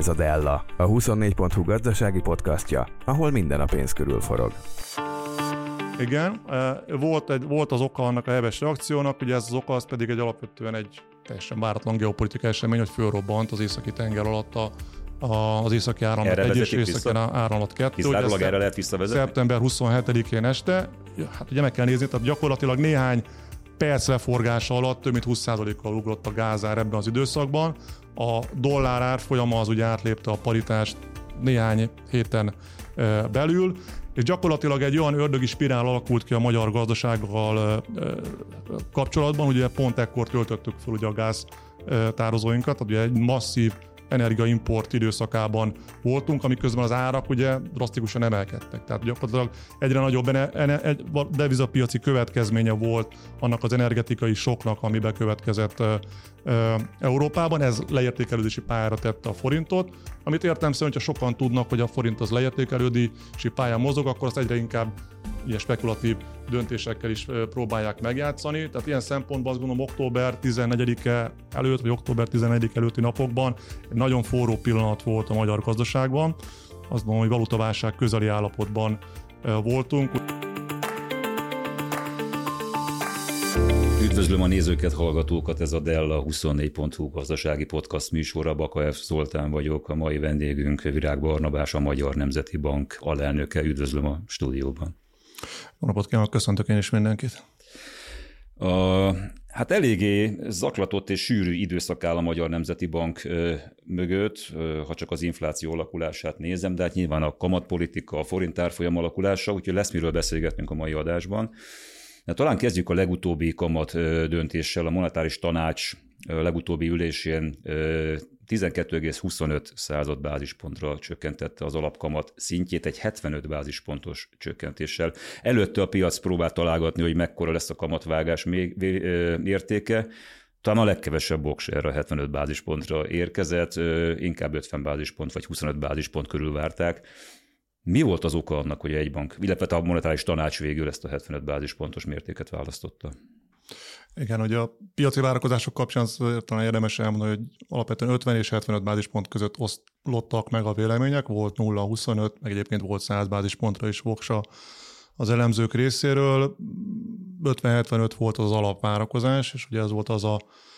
Ez a Della, a 24.hu gazdasági podcastja, ahol minden a pénz körül forog. Igen, volt az oka annak a heves reakciónak, ugye ez az oka, az pedig alapvetően egy teljesen váratlan geopolitikai esemény, hogy fölrobbant az északi tenger alatt az északi áramlat 1 és északi áramlat 2. Kizárólag erre lehet visszavezetni? Szeptember 27-én este, hát ugye meg kell nézni, tehát gyakorlatilag néhány perc leforgása alatt több mint 20%-kal ugrott a gázár ebben az időszakban. A dollár árfolyama az ugye átlépte a paritást néhány héten belül, és gyakorlatilag egy olyan ördögi spirál alakult ki a magyar gazdasággal kapcsolatban, ugye pont ekkor töltöttük fel ugye a gáztározóinkat, tehát ugye egy masszív energiaimport időszakában voltunk, amiközben az árak ugye drasztikusan emelkedtek. Tehát gyakorlatilag egyre nagyobb devizapiaci következménye volt annak az energetikai soknak, ami bekövetkezett Európában. Ez leértékelődési pályára tette a forintot, amit értelemszerűen, hogyha sokan tudnak, hogy a forint az leértékelődési pályán mozog, akkor azt egyre inkább ilyen spekulatív döntésekkel is próbálják megjátszani. Tehát ilyen szempontból azt gondolom október 14-e előtt, vagy október 11 előtti napokban egy nagyon forró pillanat volt a magyar gazdaságban. Azt mondom, hogy valutaválság közeli állapotban voltunk. Üdvözlöm a nézőket, hallgatókat, ez a Della 24.hu gazdasági podcast műsora. Baka F. Zoltán vagyok, a mai vendégünk Virág Barnabás, a Magyar Nemzeti Bank alelnöke. Üdvözlöm a stúdióban. Jó napot kívánok, köszöntök én is mindenkit. Hát eléggé zaklatott és sűrű időszak áll a Magyar Nemzeti Bank mögött, ha csak az infláció alakulását nézem, de hát nyilván a kamatpolitika, a forint árfolyam alakulása, úgyhogy lesz miről beszélgetnünk a mai adásban. De talán kezdjük a legutóbbi kamat döntéssel. A monetáris tanács legutóbbi ülésén 12,25 bázispontra csökkentette az alapkamat szintjét egy 75 bázispontos csökkentéssel. Előtte a piac próbált találgatni, hogy mekkora lesz a kamatvágás mértéke. Talán a legkevesebb voks erre a 75 bázispontra érkezett, inkább 50 bázispont vagy 25 bázispont körül várták. Mi volt az oka annak, hogy a jegybank, illetve a monetáris tanács végül ezt a 75 bázispontos mértéket választotta? Igen, hogy a piaci várakozások kapcsán talán érdemes elmondani, hogy alapvetően 50 és 75 bázispont között oszlottak meg a vélemények, volt 0-25, meg egyébként volt 100 bázispontra is voksa az elemzők részéről. 50-75 volt az alapvárakozás, és ugye ez volt az a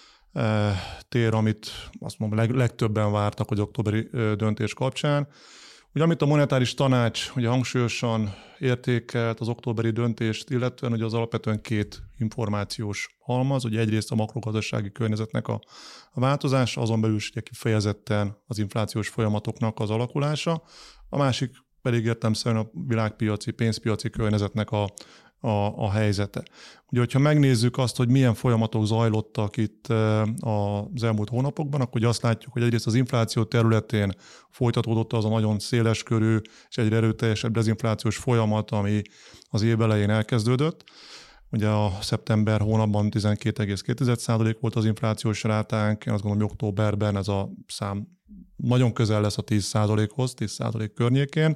tér, amit azt mondom, legtöbben vártak az októberi döntés kapcsán. Ugye amit a monetáris tanács ugye hangsúlyosan értékelt az októberi döntést, illetően hogy az alapvetően két információs halmaz, ugye egyrészt a makrogazdasági környezetnek a változása, azon belül is ugye kifejezetten az inflációs folyamatoknak az alakulása, a másik pedig értelemszerűen a világpiaci, pénzpiaci környezetnek a helyzete. Ugye, hogyha megnézzük azt, hogy milyen folyamatok zajlottak itt az elmúlt hónapokban, akkor ugye azt látjuk, hogy egyrészt az infláció területén folytatódott az a nagyon széleskörű és egyre erőteljesebb dezinflációs folyamat, ami az év elején elkezdődött. Ugye a szeptember hónapban 12,2% volt az inflációs rátánk, én azt gondolom, hogy októberben ez a szám nagyon közel lesz a 10%-hoz, 10% környékén.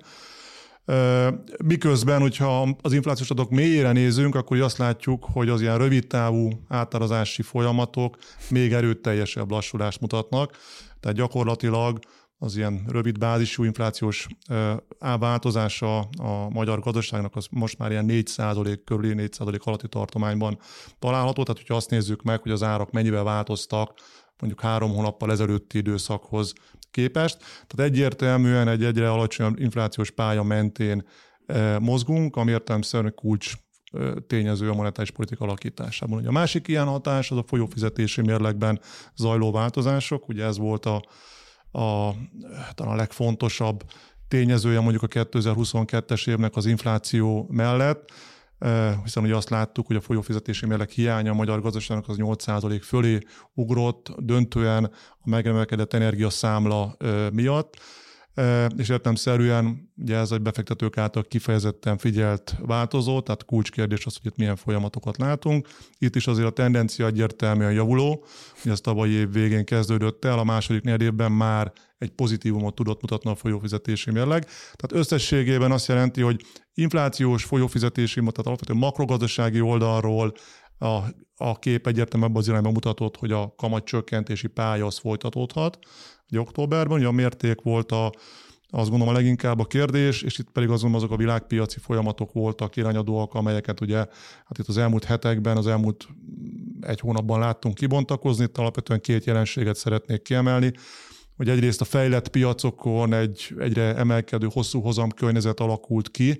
Miközben, hogyha az inflációs adatok mélyére nézünk, akkor azt látjuk, hogy az ilyen rövidtávú átárazási folyamatok még erőteljesebb lassulást mutatnak. Tehát gyakorlatilag az ilyen rövid bázisú inflációs változása a magyar gazdaságnak az most már ilyen 4% körüli, 4% alatti tartományban található. Tehát, hogyha azt nézzük meg, hogy az árak mennyivel változtak mondjuk 3 hónappal ezelőtti időszakhoz képest. Tehát egyértelműen egy egyre alacsonyabb inflációs pálya mentén mozgunk, ami értelemszerűen kulcs tényező a monetáris politika alakításában. Ugye a másik ilyen hatás az a folyófizetési mérlegben zajló változások. Ugye ez volt talán a legfontosabb tényezője mondjuk a 2022-es évnek az infláció mellett, hiszen ugye azt láttuk, hogy a folyófizetési mérleg hiánya a magyar gazdaságnak az 8% fölé ugrott, döntően a megemelkedett energiaszámla miatt, és értelemszerűen ugye ez egy befektetők által kifejezetten figyelt változó, tehát kulcskérdés az, hogy itt milyen folyamatokat látunk. Itt is azért a tendencia egyértelműen javuló, hogy ez tavalyi év végén kezdődött el, a második negyedévben már egy pozitívumot tudott mutatni a folyófizetési mérleg. Tehát összességében azt jelenti, hogy inflációs folyófizetési, tehát alapvetően makrogazdasági oldalról a kép egyértelműen az irányban mutatott, hogy a kamatcsökkentési pálya az folytatódhat. ugye októberben, ugye a mérték volt azt gondolom a leginkább a kérdés, és itt pedig azt gondolom azok a világpiaci folyamatok voltak irányadóak, amelyeket ugye hát itt az elmúlt hetekben, az elmúlt egy hónapban láttunk kibontakozni. Itt alapvetően két jelenséget szeretnék kiemelni, hogy egyrészt a fejlett piacokon egy egyre emelkedő hosszú hozamkörnyezet alakult ki.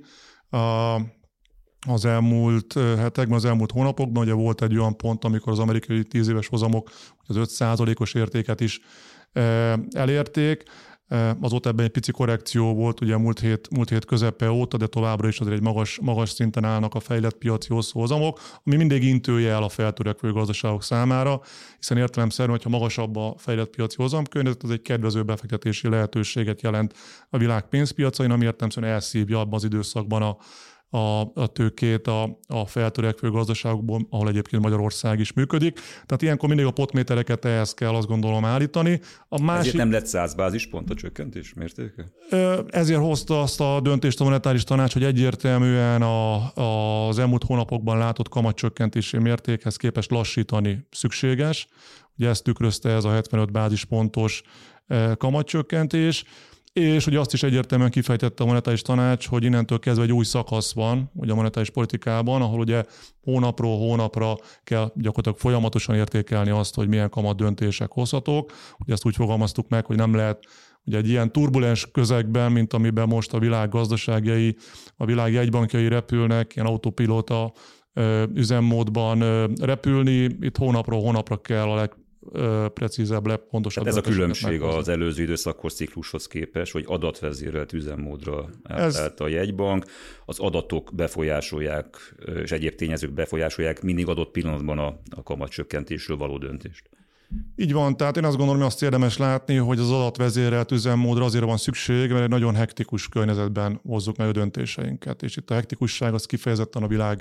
Az elmúlt hetekben, az elmúlt hónapokban ugye volt egy olyan pont, amikor az amerikai 10 éves hozamok az 5%-os értéket is elérték. Azóta ebben egy pici korrekció volt, ugye múlt hét közepe óta, de továbbra is azért egy magas szinten állnak a fejlett piaci hosszú hozamok, ami mindig intőjel a feltörekvő gazdaságok számára, hiszen értelemszerűen, hogyha magasabb a fejlett piaci hozamkörnyezet, az egy kedvező befektetési lehetőséget jelent a világ pénzpiacain, ami értelemszerűen elszívja abban az időszakban a tőkét a feltörekvő gazdaságokból, ahol egyébként Magyarország is működik. Tehát ilyenkor mindig a potmétereket ehhez kell azt gondolom állítani. Ezért nem lett 100 bázispont a csökkentés mértéke? Ezért hozta azt a döntést a monetáris tanács, hogy egyértelműen az elmúlt hónapokban látott kamatcsökkentési mértékhez képest lassítani szükséges. Ugye ezt tükrözte ez a 75 bázispontos kamatcsökkentés. És ugye azt is egyértelműen kifejtette a monetáris tanács, hogy innentől kezdve egy új szakasz van ugye a monetáris politikában, ahol ugye hónapról hónapra kell gyakorlatilag folyamatosan értékelni azt, hogy milyen kamat döntések hozhatók. Ugye ezt úgy fogalmaztuk meg, hogy nem lehet ugye egy ilyen turbulens közegben, mint amiben most a világ gazdaságjai, a világ jegybankjai repülnek, ilyen autopilóta üzemmódban repülni. Itt hónapról hónapra kell a precízebb, legpontosabb. Ez a különbség az előző időszakhoz, ciklushoz képest, hogy adatvezérelt üzemmódra állt a jegybank. Az adatok befolyásolják, és egyéb tényezők befolyásolják mindig adott pillanatban a kamatcsökkentésről való döntést. Így van, tehát én azt gondolom, hogy azt érdemes látni, hogy az adatvezérelt üzemmódra azért van szükség, mert egy nagyon hektikus környezetben hozzuk meg a döntéseinket. És itt a hektikusság az kifejezetten a világ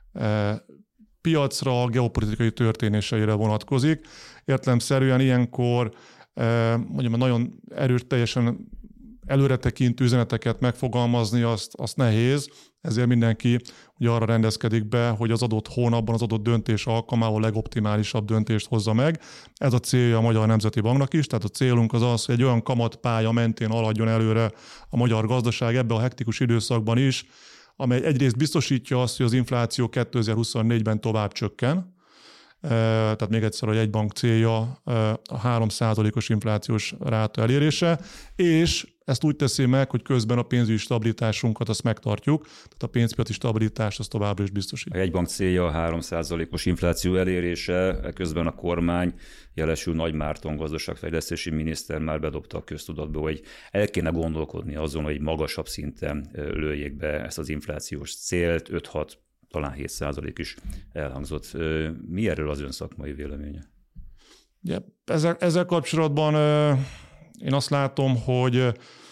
piacra, geopolitikai történéseire vonatkozik. Értelemszerűen ilyenkor mondjuk nagyon erőteljesen előretekintő üzeneteket megfogalmazni, azt nehéz, ezért mindenki ugye arra rendezkedik be, hogy az adott hónapban az adott döntés alkalmával a legoptimálisabb döntést hozza meg. Ez a célja a Magyar Nemzeti Banknak is, tehát a célunk az az, hogy egy olyan kamatpálya mentén haladjon előre a magyar gazdaság ebbe a hektikus időszakban is, amely egyrészt biztosítja azt, hogy az infláció 2024-ben tovább csökken. Tehát még egyszer a jegybank célja a 3%-os inflációs ráta elérése, és ezt úgy teszi meg, hogy közben a pénzügyi stabilitásunkat azt megtartjuk, tehát a pénzpiaci stabilitást azt továbbra is biztosít. A jegybank célja a 3%-os infláció elérése, közben a kormány, jelesül Nagy Márton gazdaságfejlesztési miniszter már bedobta a köztudatba, hogy el kéne gondolkodni azon, hogy magasabb szinten lőjék be ezt az inflációs célt, 5-6, talán 7% is elhangzott. Mi erről az ön szakmai véleménye? Ja, ezzel kapcsolatban én azt látom, hogy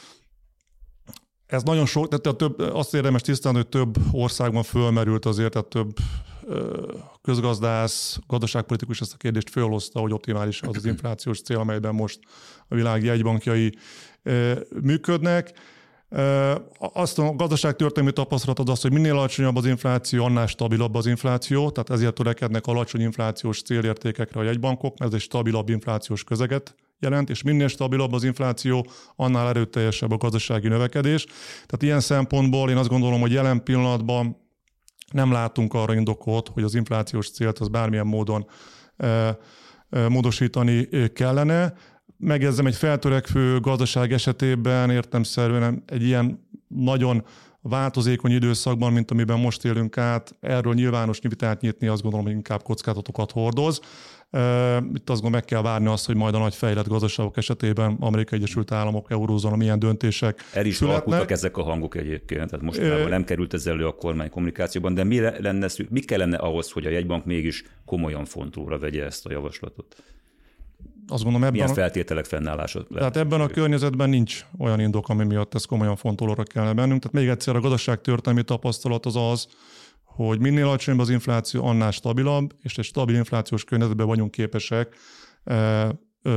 ez nagyon sok, tehát azt érdemes tisztán, hogy több országban fölmerült azért, tehát több közgazdász, gazdaságpolitikus ezt a kérdést fölhozta, hogy optimális az inflációs cél, amelyben most a világ jegybankjai működnek. Azt a gazdaságtörténelmi tapasztalat az, hogy minél alacsonyabb az infláció, annál stabilabb az infláció, tehát ezért törekednek alacsony inflációs célértékekre a jegybankok, mert ez egy stabilabb inflációs közeget jelent, és minél stabilabb az infláció, annál erőteljesebb a gazdasági növekedés. Tehát ilyen szempontból én azt gondolom, hogy jelen pillanatban nem látunk arra indokot, hogy az inflációs célt az bármilyen módon módosítani kellene. Megjegyzem, egy feltörekvő gazdaság esetében értelemszerűen egy ilyen nagyon változékony időszakban, mint amiben most élünk át, erről nyilvános vitát nyitni, azt gondolom, hogy inkább kockázatokat hordoz. Itt azt gondolom, meg kell várni azt, hogy majd a nagy fejlett gazdaságok esetében Amerikai Egyesült Államok, Eurózóna milyen döntések el is alakultak ezek a hangok egyébként, tehát most nem került ez elő a kormány kommunikációban, de mi kellene ahhoz, hogy a jegybank mégis komolyan fontolóra vegye ezt a javaslatot? Azt gondolom, milyen feltételek fennállása? Tehát ebben a környezetben nincs olyan indok, ami miatt ez komolyan fontolóra kellene bennünk. Tehát még egyszer a gazdaságtörténelmi tapasztalat az, hogy minél alacsonyabb az infláció, annál stabilabb, és egy stabil inflációs környezetben vagyunk képesek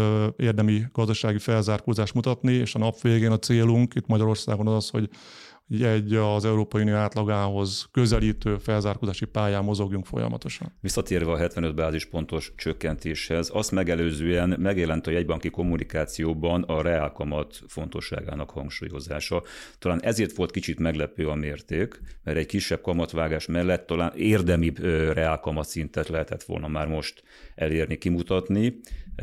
érdemi gazdasági felzárkózást mutatni, és a nap végén a célunk itt Magyarországon az, hogy az Európai Unió átlagához közelítő felzárkózási pályán mozogjunk folyamatosan. Visszatérve a 75 bázispontos csökkentéshez, azt megelőzően megjelent a jegybanki kommunikációban a reálkamat fontosságának hangsúlyozása. Talán ezért volt kicsit meglepő a mérték, mert egy kisebb kamatvágás mellett talán érdemibb reálkamat szintet lehetett volna már most elérni, kimutatni.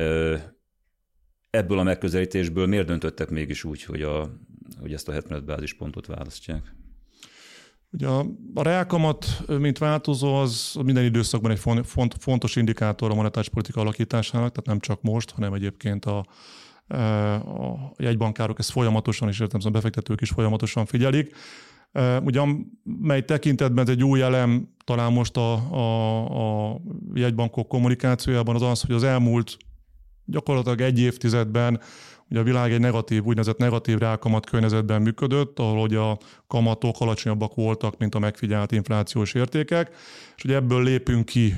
Ebből a megközelítésből miért döntöttek mégis úgy, hogy ezt a 75 bázispontot választják? Ugye a reálkamat, mint változó, az minden időszakban egy fontos indikátor a monetáris politika alakításának, tehát nem csak most, hanem egyébként a jegybankárok ezt folyamatosan, és értem, a befektetők is folyamatosan figyelik. Ugyan mely tekintetben ez egy új elem talán most a jegybankok kommunikációjában az, hogy az elmúlt gyakorlatilag egy évtizedben ugye a világ egy úgynevezett negatív reálkamat környezetben működött, ahol ugye a kamatok alacsonyabbak voltak, mint a megfigyelt inflációs értékek, és ugye ebből lépünk ki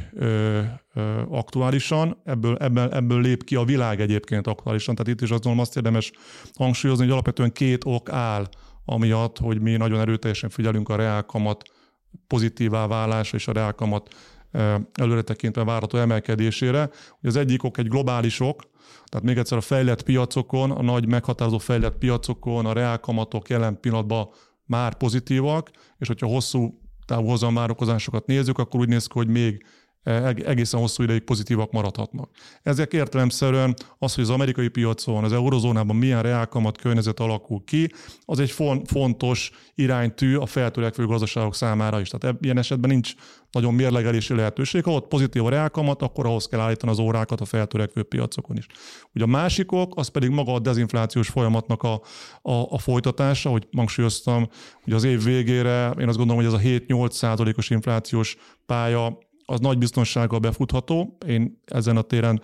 aktuálisan, ebből lép ki a világ egyébként aktuálisan, tehát itt is azt érdemes hangsúlyozni, hogy alapvetően két ok áll amiatt, hogy mi nagyon erőteljesen figyelünk a reálkamat pozitívá válásra és a reálkamat előre tekintve várható emelkedésére. Az egyik ok egy globális ok, tehát még egyszer a fejlett piacokon, a nagy meghatározó fejlett piacokon a reálkamatok jelen pillanatban már pozitívak, és hogyha hosszú távú hozamvárakozásokat nézzük, akkor úgy néz ki, hogy még egészen hosszú ideig pozitívak maradhatnak. Ezek értelemszerűen az, hogy az amerikai piacon, az eurozónában milyen reálkamat környezet alakul ki, az egy fontos iránytű a feltörekvő gazdaságok számára is. Tehát ilyen esetben nincs nagyon mérlegelési lehetőség. Ha ott pozitív a reálkamat, akkor ahhoz kell állítani az órákat a feltörekvő piacokon is. Ugye a másik ok, az pedig maga a dezinflációs folyamatnak a folytatása, hogy hangsúlyoztam, hogy az év végére én azt gondolom, hogy ez a 7-8%-os inflációs pálya az nagy biztonsággal befutható. Én ezen a téren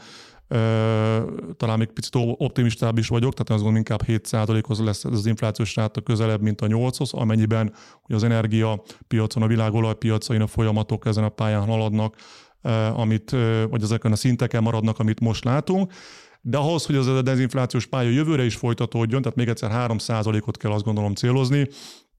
talán még picit optimistább is vagyok, tehát azt gondolom inkább 7%-hoz lesz ez az inflációs ráta közelebb, mint a 8-hoz, amennyiben hogy az energiapiacon, a világ olajpiacain a folyamatok ezen a pályán haladnak, vagy ezeken a szinteken maradnak, amit most látunk. De ahhoz, hogy az a dezinflációs pálya jövőre is folytatódjon, tehát még egyszer 3%-ot kell azt gondolom célozni,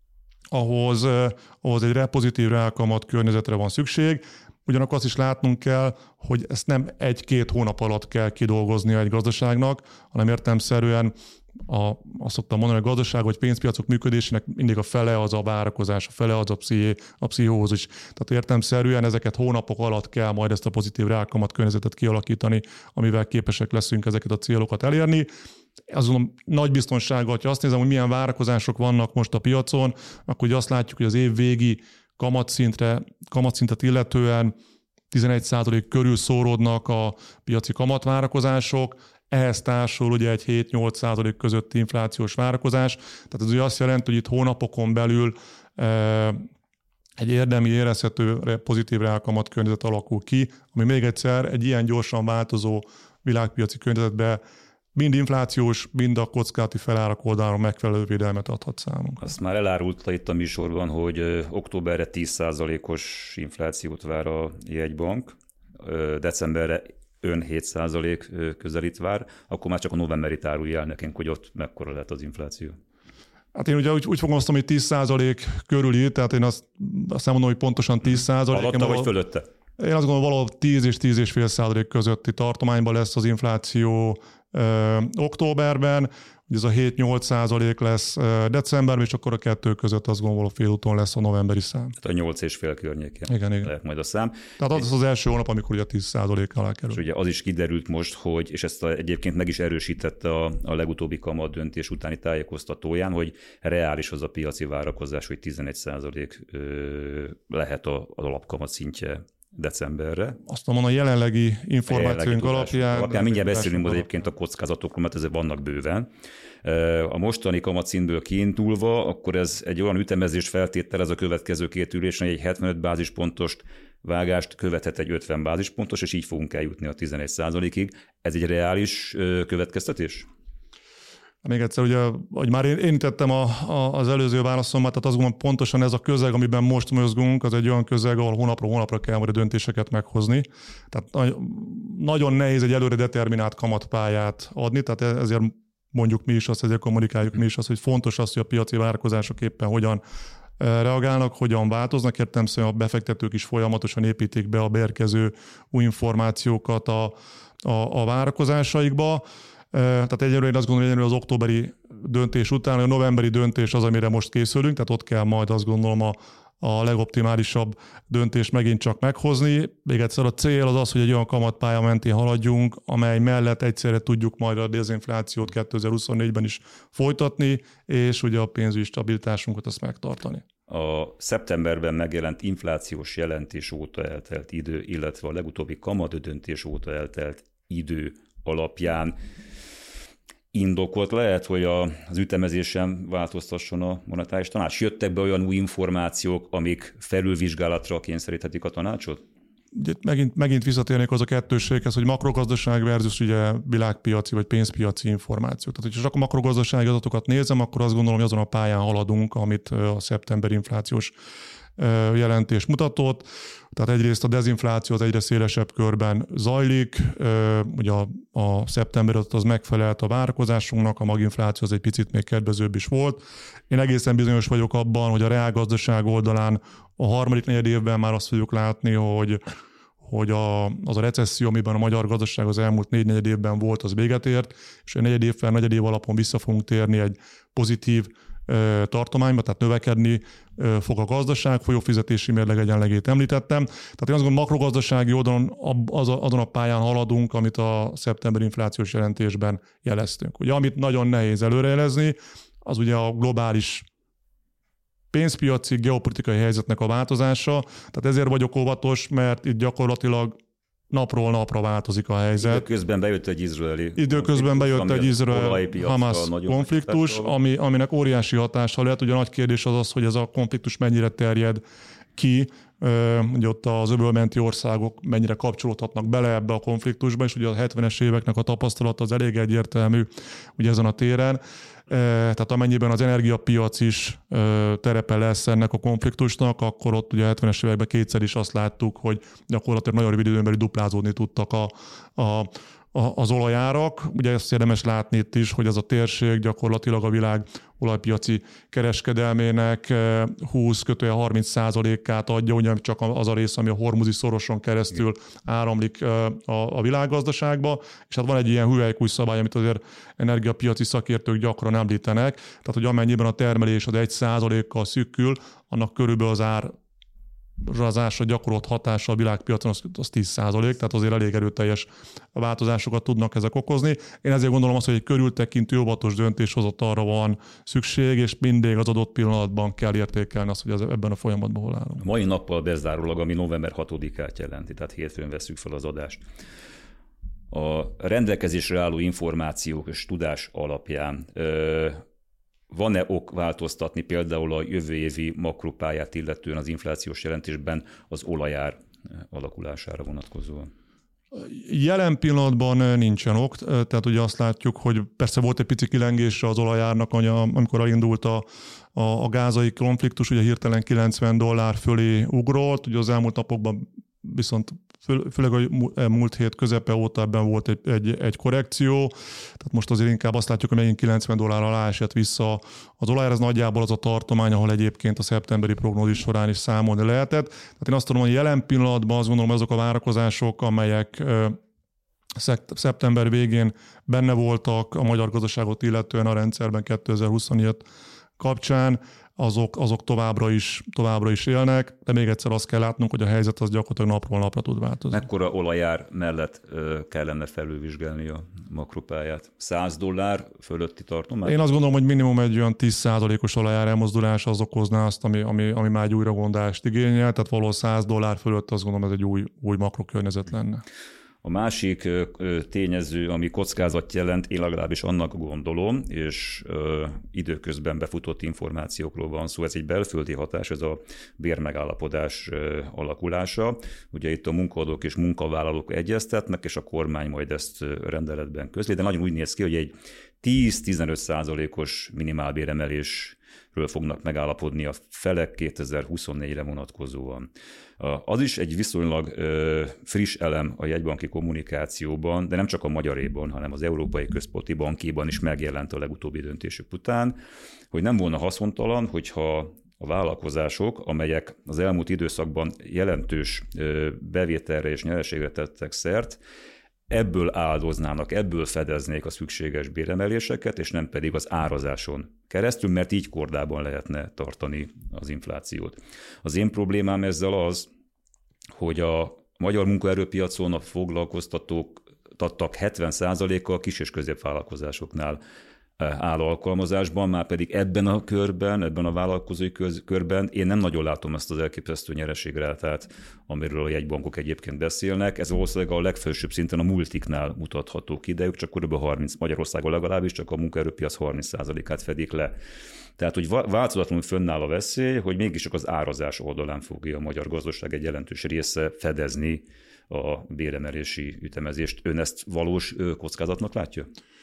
ahhoz egy pozitív reálkamat környezetre van szükség. Ugyanakkor azt is látnunk kell, hogy ezt nem 1-2 hónap alatt kell kidolgoznia egy gazdaságnak, hanem értelemszerűen azt szoktam mondani, hogy a gazdaság vagy pénzpiacok működésének mindig a fele az a várakozás, a fele az a pszichózis. Tehát értelemszerűen ezeket hónapok alatt kell majd ezt a pozitív reálkamat környezetet kialakítani, amivel képesek leszünk ezeket a célokat elérni. Azon nagy biztonsággal, ha azt nézem, hogy milyen várakozások vannak most a piacon, akkor ugye azt látjuk, hogy az év végi kamatszintet illetően 11% körül szóródnak a piaci kamatvárakozások, ehhez társul ugye egy 7-8% közötti inflációs várakozás, tehát ez ugye azt jelenti, hogy itt hónapokon belül egy érdemi, érezhető pozitív reálkamat környezet alakul ki, ami még egyszer egy ilyen gyorsan változó világpiaci környezetben mind inflációs, mind a kockázati felárak oldalon megfelelő védelmet adhat számunkra. Azt már elárulta itt a műsorban, hogy októberre 10%-os inflációt vár a jegybank, decemberre ön 7% közelít vár, akkor már csak a novemberi árulja el nekünk, hogy ott mekkora lett az infláció. Hát én ugye úgy fogalmaztam, hogy 10% körüli, tehát én azt mondom, hogy pontosan 10%. Alatta vagy fölötte? Én azt gondolom, valahol 10 és 10,5% közötti tartományban lesz az infláció októberben, hogy ez a 7-8% lesz decemberben, és akkor a kettő között azt gondolom félúton lesz a novemberi szám. Tehát a 8,5 környékén igen. lehet majd a szám. Tehát az első hónap, amikor ugye 10% alá kerül. És ugye az is kiderült most, hogy, és ezt egyébként meg is erősítette a legutóbbi kamat döntés utáni tájékoztatóján, hogy reális az a piaci várakozás, hogy 11% lehet az alapkamat szintje decemberre. Azt mondom, a jelenlegi információink alapján. Mindjárt beszélünk egyébként a kockázatokról, mert ezek vannak bőven. A mostani kamatszintből kiindulva, akkor ez egy olyan ütemezés feltételez a következő két ülésen, hogy egy 75 bázispontos vágást követhet egy 50 bázispontos, és így fogunk eljutni a 11%-ig. Ez egy reális következtetés? Még egyszer, ugye, hogy már én tettem az előző válaszomat, tehát azt gondolom, pontosan ez a közeg, amiben most mozgunk, az egy olyan közeg, ahol hónapról hónapra kell majd a döntéseket meghozni. Tehát nagyon nehéz egy előre determinált kamatpályát adni, tehát ezért mondjuk mi is azt, ezért kommunikáljuk mi is azt, hogy fontos az, hogy a piaci várakozások éppen hogyan reagálnak, hogyan változnak. Értelemszerűen a befektetők is folyamatosan építik be a beérkező új információkat a várakozásaikba. Tehát egyelőre én azt gondolom, hogy az októberi döntés után, a novemberi döntés az, amire most készülünk, tehát ott kell majd azt gondolom a legoptimálisabb döntést megint csak meghozni. Még egyszer a cél az az, hogy egy olyan kamatpálya mentén haladjunk, amely mellett egyszerre tudjuk majd a dezinflációt 2024-ben is folytatni, és ugye a pénzügyi stabilitásunkat azt megtartani. A szeptemberben megjelent inflációs jelentés óta eltelt idő, illetve a legutóbbi kamatdöntés óta eltelt idő alapján indokolt lehet, hogy az ütemezésen változtasson a monetáris tanács? Jöttek be olyan új információk, amik felülvizsgálatra kényszeríthetik a tanácsot? Megint visszatérnék az a kettőséghez, hogy makrogazdaság versus ugye világpiaci vagy pénzpiaci információk. Tehát, hogyha csak a makrogazdasági adatokat nézem, akkor azt gondolom, hogy azon a pályán haladunk, amit a szeptember inflációs jelentés mutatott. Tehát egyrészt a dezinfláció az egyre szélesebb körben zajlik, ugye a szeptember adat az megfelelt a várakozásunknak, a maginfláció az egy picit még kedvezőbb is volt. Én egészen bizonyos vagyok abban, hogy a reálgazdaság oldalán a harmadik negyed évben már azt fogjuk látni, hogy az a recesszió, amiben a magyar gazdaság az elmúlt 4 évben volt, az véget ért, és a negyed év alapon vissza fogunk térni egy pozitív tartományba, tehát növekedni fog a gazdaság, folyófizetési mérleg egyenlegét említettem. Tehát én azt gondolom, makrogazdasági oldalon azon a pályán haladunk, amit a szeptember inflációs jelentésben jeleztünk. Ugye, amit nagyon nehéz előrejelezni, az ugye a globális pénzpiaci, geopolitikai helyzetnek a változása. Tehát ezért vagyok óvatos, mert itt gyakorlatilag napról napra változik a helyzet. Időközben bejött egy Izrael-Hamas konfliktus, aminek óriási hatása lehet. Ugye a nagy kérdés az, hogy ez a konfliktus mennyire terjed ki, ugye ott az öbölmenti országok mennyire kapcsolódhatnak bele ebbe a konfliktusba, és ugye a 70-es éveknek a tapasztalata az elég egyértelmű ugye ezen a téren. Tehát amennyiben az energiapiac is terepe lesz ennek a konfliktusnak, akkor ott ugye a 70-es években kétszer is azt láttuk, hogy gyakorlatilag nagyon rövid időn belül duplázódni tudtak az olajárak. Ugye ezt érdemes látni itt is, hogy ez a térség gyakorlatilag a világ olajpiaci kereskedelmének 20-30%-át adja, ugye csak az a rész, ami a hormuzi szoroson keresztül áramlik a világgazdaságba, és hát van egy ilyen hüvelykúj szabály, amit azért energiapiaci szakértők gyakran említenek, tehát hogy amennyiben a termelés az 1%-kal szűkül, annak körülbelül az árazásra gyakorolt hatása a világpiacon az 10%, tehát azért elég erőteljes változásokat tudnak ezek okozni. Én ezért gondolom azt, hogy egy körültekintő, óvatos döntéshozatalra van szükség, és mindig az adott pillanatban kell értékelni azt, hogy ebben a folyamatban hol állunk. Mai nappal bezárólag, ami november 6-át jelenti, tehát hétfőn veszük fel az adást. A rendelkezésre álló információk és tudás alapján van-e ok változtatni például a jövő évi makropályát illetően az inflációs jelentésben az olajár alakulására vonatkozóan? Jelen pillanatban nincsen ok, tehát ugye azt látjuk, hogy persze volt egy pici kilengésre az olajárnak, amikor elindult a gázai konfliktus, ugye hirtelen $90 fölé ugrolt, ugye az elmúlt napokban viszont főleg a múlt hét közepe óta ebben volt egy korrekció, tehát most azért inkább azt látjuk, hogy megint $90 alá esett vissza az olaj, ez nagyjából az a tartomány, ahol egyébként a szeptemberi prognózis során is számolni lehetett. Tehát én azt tudom, hogy jelen pillanatban azt gondolom, azok a várakozások, amelyek szeptember végén benne voltak a magyar gazdaságot illetően a rendszerben 2027 kapcsán, azok továbbra is élnek, de még egyszer azt kell látnunk, hogy a helyzet az gyakorlatilag napról napra tud változni. Mekkora olajár mellett kellene felülvizsgálni a makropályát? $100 fölötti tartomány? Én azt gondolom, hogy minimum egy olyan 10%-os olajár elmozdulás az okozná azt, ami már egy újragondolást igényel, tehát valahol $100 fölött azt gondolom, ez egy új makrokörnyezet lenne. A másik tényező, ami kockázat jelent, én legalábbis annak gondolom, és időközben befutott információkról van szó, ez egy belföldi hatás, ez a bérmegállapodás alakulása. Ugye itt a munkaadók és munkavállalók egyeztetnek, és a kormány majd ezt rendeletben közli, de nagyon úgy néz ki, hogy egy 10-15%-os minimálbéremelésről fognak megállapodni a felek 2024-re vonatkozóan. Az is egy viszonylag friss elem a jegybanki kommunikációban, de nem csak a magyaréban, hanem az Európai Központi Bankéban is megjelent a legutóbbi döntésük után, hogy nem volna haszontalan, hogyha a vállalkozások, amelyek az elmúlt időszakban jelentős bevételre és nyereségre tettek szert, ebből áldoznának, ebből fedeznék a szükséges béremeléseket, és nem pedig az árazáson keresztül, mert így kordában lehetne tartani az inflációt. Az én problémám ezzel az, hogy a magyar munkaerőpiacon a foglalkoztatók 70%-a kis- és középvállalkozásoknál áll alkalmazásban, már pedig ebben a körben, ebben a vállalkozói körben én nem nagyon látom ezt az elképesztő nyereségrátát, amiről a jegybankok egyébként beszélnek. Ez valószínűleg a legfelsőbb szinten a multiknál mutatható ki, de ők csak kb. 30, Magyarországon legalábbis csak a munkaerőpiac 30%-át fedik le. Tehát, hogy változatlanul fönnáll a veszély, hogy mégis csak az árazás oldalán fogja a magyar gazdaság egy jelentős része fedezni a béremelési ütemezést. Ön ezt valós kockázatnak látja?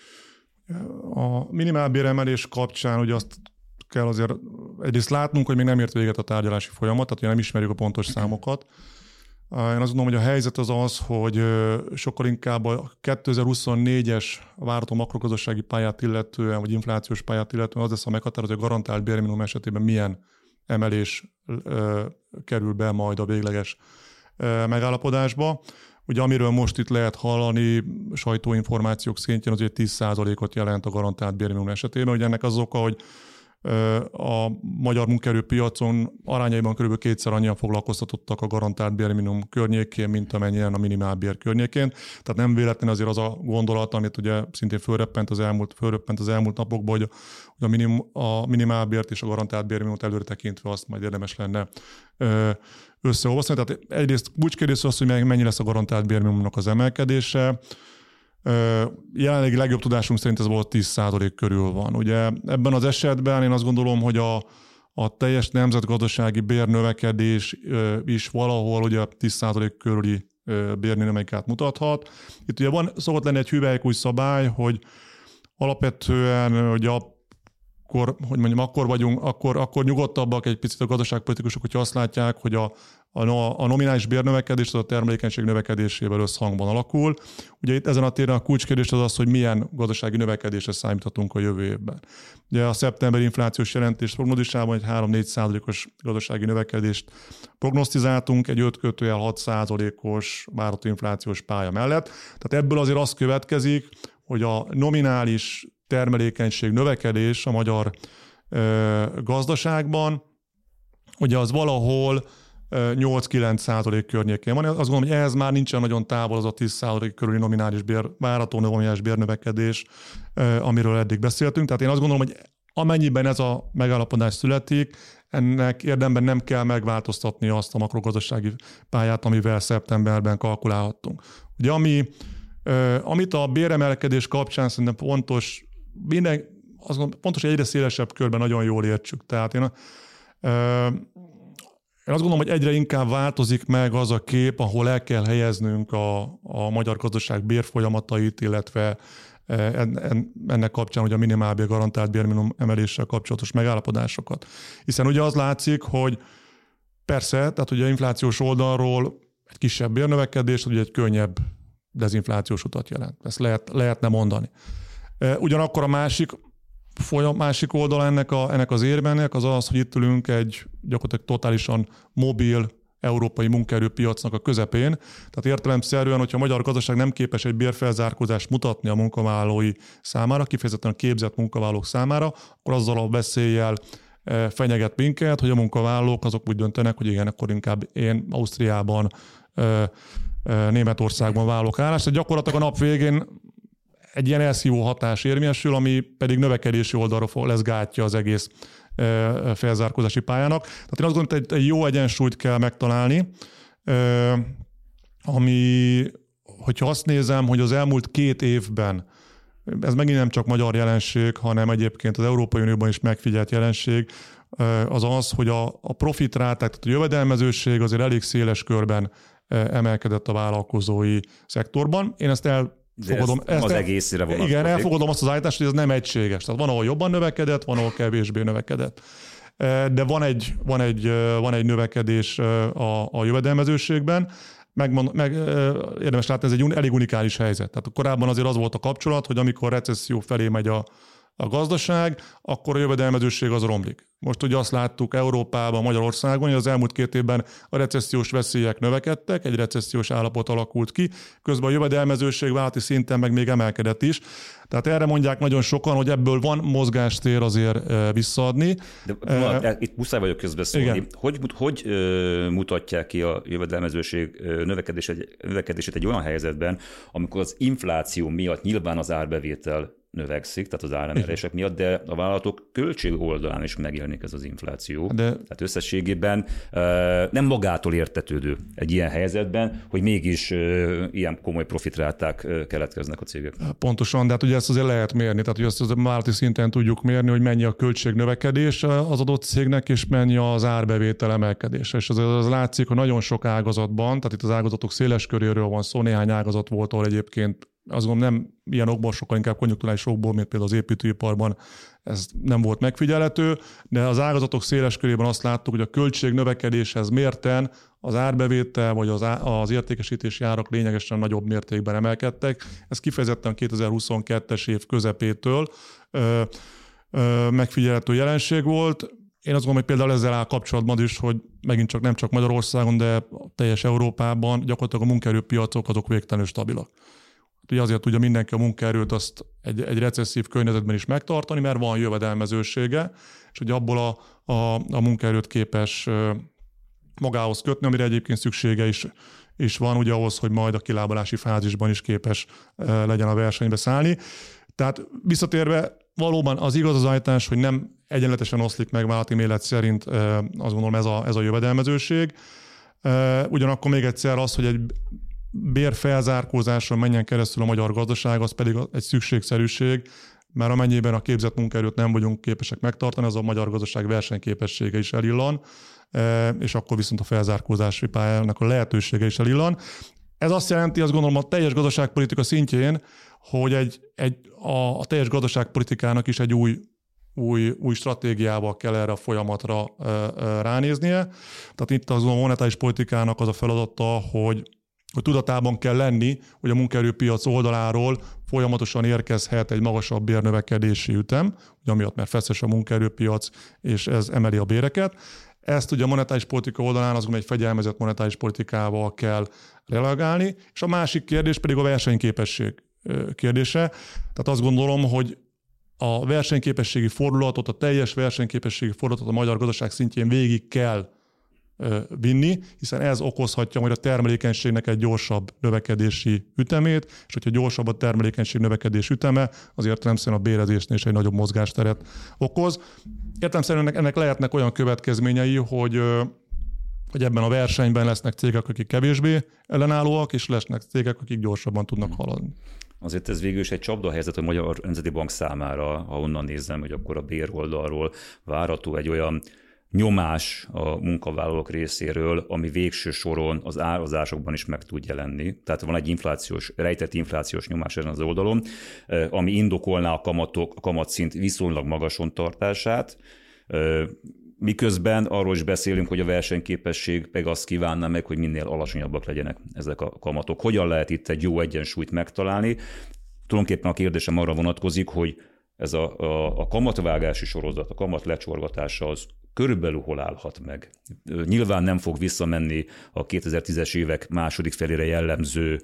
A minimálbéremelés kapcsán ugye azt kell azért egyrészt látnunk, hogy még nem ért véget a tárgyalási folyamat, tehát nem ismerjük a pontos számokat. Én azt gondolom, hogy a helyzet az, hogy sokkal inkább a 2024-es várható makrogazdasági pályát illetően, vagy inflációs pályát illetően az lesz a meghatározó, hogy a garantált bérminimum esetében milyen emelés kerül be majd a végleges megállapodásba. Ugye amiről most itt lehet hallani sajtóinformációk szintjén, az 10%-ot jelent a garantált bérminimum esetében. Ugye ennek az oka, hogy a magyar munkaerőpiacon arányaiban kb. 2-szer annyian foglalkoztatottak a garantált bérminimum környékén, mint amennyien a minimálbér környékén. Tehát nem véletlen azért az a gondolat, amit ugye szintén fölröppent az elmúlt napokban, hogy a minimálbért és a garantált bérminimumot előre tekintve azt majd érdemes lenne összeolvasni. Tehát egyrészt kulcskérdés az, hogy mennyi lesz a garantált bérminimumnak az emelkedése. Jelenlegi legjobb tudásunk szerint ez volt 10% körül van. Ugye ebben az esetben én azt gondolom, hogy a teljes nemzetgazdasági bérnövekedés is valahol ugye 10% körüli bérnövekedést mutathat. Itt ugye szokott lenni egy hüvelykúj szabály, hogy alapvetően ugye akkor nyugodtabbak egy picit a gazdaságpolitikusok, hogyha azt látják, hogy a nominális bérnövekedés az a termelékenység növekedésével összhangban alakul. Ugye itt ezen a téren a kulcskérdés az, hogy milyen gazdasági növekedésre számíthatunk a jövő évben. Ugye a szeptemberi inflációs jelentés prognózisában egy 3-4%-os gazdasági növekedést prognosztizáltunk, egy 5-6%-os várható inflációs pálya mellett. Tehát ebből azért az következik, hogy a nominális termelékenység növekedés a magyar gazdaságban, ugye az valahol 8-9% környékén van. Azt gondolom, hogy ehhez már nincsen nagyon távol az a 10% körüli várható nominális bérnövekedés, amiről eddig beszéltünk. Tehát én azt gondolom, hogy amennyiben ez a megállapodás születik, ennek érdemben nem kell megváltoztatni azt a makrogazdasági pályát, amivel szeptemberben kalkulálhattunk. Ugye amit a béremelkedés kapcsán szerintem fontos, fontos, hogy egyre szélesebb körben nagyon jól értsük. Tehát én azt gondolom, hogy egyre inkább változik meg az a kép, ahol el kell helyeznünk a magyar gazdaság bérfolyamatait, illetve ennek kapcsán ugye a minimálbér garantált bérminimum emeléssel kapcsolatos megállapodásokat. Hiszen ugye az látszik, hogy persze, tehát ugye inflációs oldalról egy kisebb bérnövekedés, ugye egy könnyebb dezinflációs utat jelent. Ezt lehetne mondani. Ugyanakkor a másik oldala ennek az érvének az, hogy itt ülünk egy gyakorlatilag totálisan mobil európai munkaerőpiacnak a közepén. Tehát értelemszerűen, hogyha a magyar gazdaság nem képes egy bérfelzárkózást mutatni a munkavállalói számára, kifejezetten a képzett munkavállalók számára, akkor azzal a veszéllyel fenyeget minket, hogy a munkavállalók azok úgy döntenek, hogy igen, akkor inkább én Ausztriában, Németországban vállalok állást. Tehát gyakorlatilag a nap végén egy ilyen elszívó hatás érvényesül, ami pedig növekedési oldalról lesz gátja az egész felzárkózási pályának. Tehát én azt gondolom, hogy egy jó egyensúlyt kell megtalálni, ami, hogyha azt nézem, hogy az elmúlt 2 évben, ez megint nem csak magyar jelenség, hanem egyébként az Európai Unióban is megfigyelt jelenség, az, hogy a profitráták, tehát a jövedelmezőség azért elég széles körben emelkedett a vállalkozói szektorban. Én ezt Az egészre vonatkozik. Igen, elfogadom azt az állítást, hogy ez nem egységes. Tehát van, ahol jobban növekedett, van, ahol kevésbé növekedett. De van egy növekedés a jövedelmezőségben, érdemes látni, ez egy elég unikális helyzet. Tehát korábban azért az volt a kapcsolat, hogy amikor recesszió felé megy a gazdaság, akkor a jövedelmezőség az romlik. Most ugye azt láttuk Európában, Magyarországon, hogy az elmúlt 2 évben a recessziós veszélyek növekedtek, egy recessziós állapot alakult ki, közben a jövedelmezőség vállalati szinten meg még emelkedett is. Tehát erre mondják nagyon sokan, hogy ebből van mozgástér azért visszaadni. De itt muszáj vagyok közbeszólni. Hogy mutatják ki a jövedelmezőség növekedését egy olyan helyzetben, amikor az infláció miatt nyilván az árbevétel növekszik, tehát az áremelések miatt, de a vállalatok költség oldalán is megjelenik ez az infláció. Tehát összességében nem magától értetődő egy ilyen helyzetben, hogy mégis ilyen komoly profitráták keletkeznek a cégek. Pontosan, de hát ugye ezt azért lehet mérni, tehát ugye ezt az vállalati szinten tudjuk mérni, hogy mennyi a költségnövekedés az adott cégnek, és mennyi az árbevétel emelkedése. És az látszik, hogy nagyon sok ágazatban, tehát itt az ágazatok széles köréről van szó, néhány ágazat volt, ahol egyébként azt gondolom nem ilyen okból, sokkal inkább konjunkturális okból, mint például az építőiparban ez nem volt megfigyelhető, de az ágazatok széles körében azt láttuk, hogy a költség növekedéshez mérten az árbevétel vagy az értékesítési árak lényegesen nagyobb mértékben emelkedtek. Ez kifejezetten 2022-es év közepétől megfigyelhető jelenség volt. Én azt gondolom, hogy például ezzel áll kapcsolatban is, hogy megint csak nem csak Magyarországon, de teljes Európában gyakorlatilag a munkaerőpiacok azok végtelenül stabilak. Ugye azért tudja mindenki a munkaerőt azt egy recesszív környezetben is megtartani, mert van jövedelmezősége, és hogy abból a munkaerőt képes magához kötni, amire egyébként szüksége is van, ugye ahhoz, hogy majd a kilábalási fázisban is képes legyen a versenybe szállni. Tehát visszatérve, valóban az igaz az állítás, hogy nem egyenletesen oszlik meg vállalati méret szerint, azt gondolom ez a jövedelmezőség. Ugyanakkor még egyszer az, hogy egy bérfelzárkózáson menjen keresztül a magyar gazdaság, az pedig egy szükségszerűség, mert amennyiben a képzett munkaerőt nem vagyunk képesek megtartani, az a magyar gazdaság versenyképessége is elillan, és akkor viszont a felzárkózási pályának a lehetősége is elillan. Ez azt jelenti, azt gondolom, a teljes gazdaságpolitika szintjén, hogy a teljes gazdaságpolitikának is egy új stratégiával kell erre a folyamatra ránéznie. Tehát itt az a monetáris politikának az a feladata, hogy tudatában kell lenni, hogy a munkaerőpiac oldaláról folyamatosan érkezhet egy magasabb bérnövekedési ütem, ugye amiatt mert feszes a munkaerőpiac, és ez emeli a béreket. Ezt ugye a monetáris politika oldalán azon egy fegyelmezett monetáris politikával kell reagálni, és a másik kérdés pedig a versenyképesség kérdése. Tehát azt gondolom, hogy a versenyképességi fordulatot, a teljes versenyképességi fordulatot a magyar gazdaság szintjén végig kell vinni, hiszen ez okozhatja majd a termelékenységnek egy gyorsabb növekedési ütemét, és hogyha gyorsabb a termelékenység növekedés üteme, az értelemszerűen a bérezésnél is egy nagyobb mozgásteret okoz. Értelemszerűen ennek lehetnek olyan következményei, hogy ebben a versenyben lesznek cégek, akik kevésbé ellenállóak, és lesznek cégek, akik gyorsabban tudnak haladni. Azért ez végül is egy csapdahelyzet a Magyar Nemzeti Bank számára, ha onnan nézem, hogy akkor a bér oldalról várható egy olyan nyomás a munkavállalók részéről, ami végső soron az árazásokban is meg tud jelenni. Tehát van egy rejtett inflációs nyomás ezen az oldalon, ami indokolná a kamatszint viszonylag magason tartását, miközben arról is beszélünk, hogy a versenyképesség meg azt kívánná meg, hogy minél alacsonyabbak legyenek ezek a kamatok. Hogyan lehet itt egy jó egyensúlyt megtalálni? Tulajdonképpen a kérdésem arra vonatkozik, hogy ez a kamatvágási sorozat, a kamat lecsorgatása az körülbelül hol állhat meg. Nyilván nem fog visszamenni a 2010-es évek második felére jellemző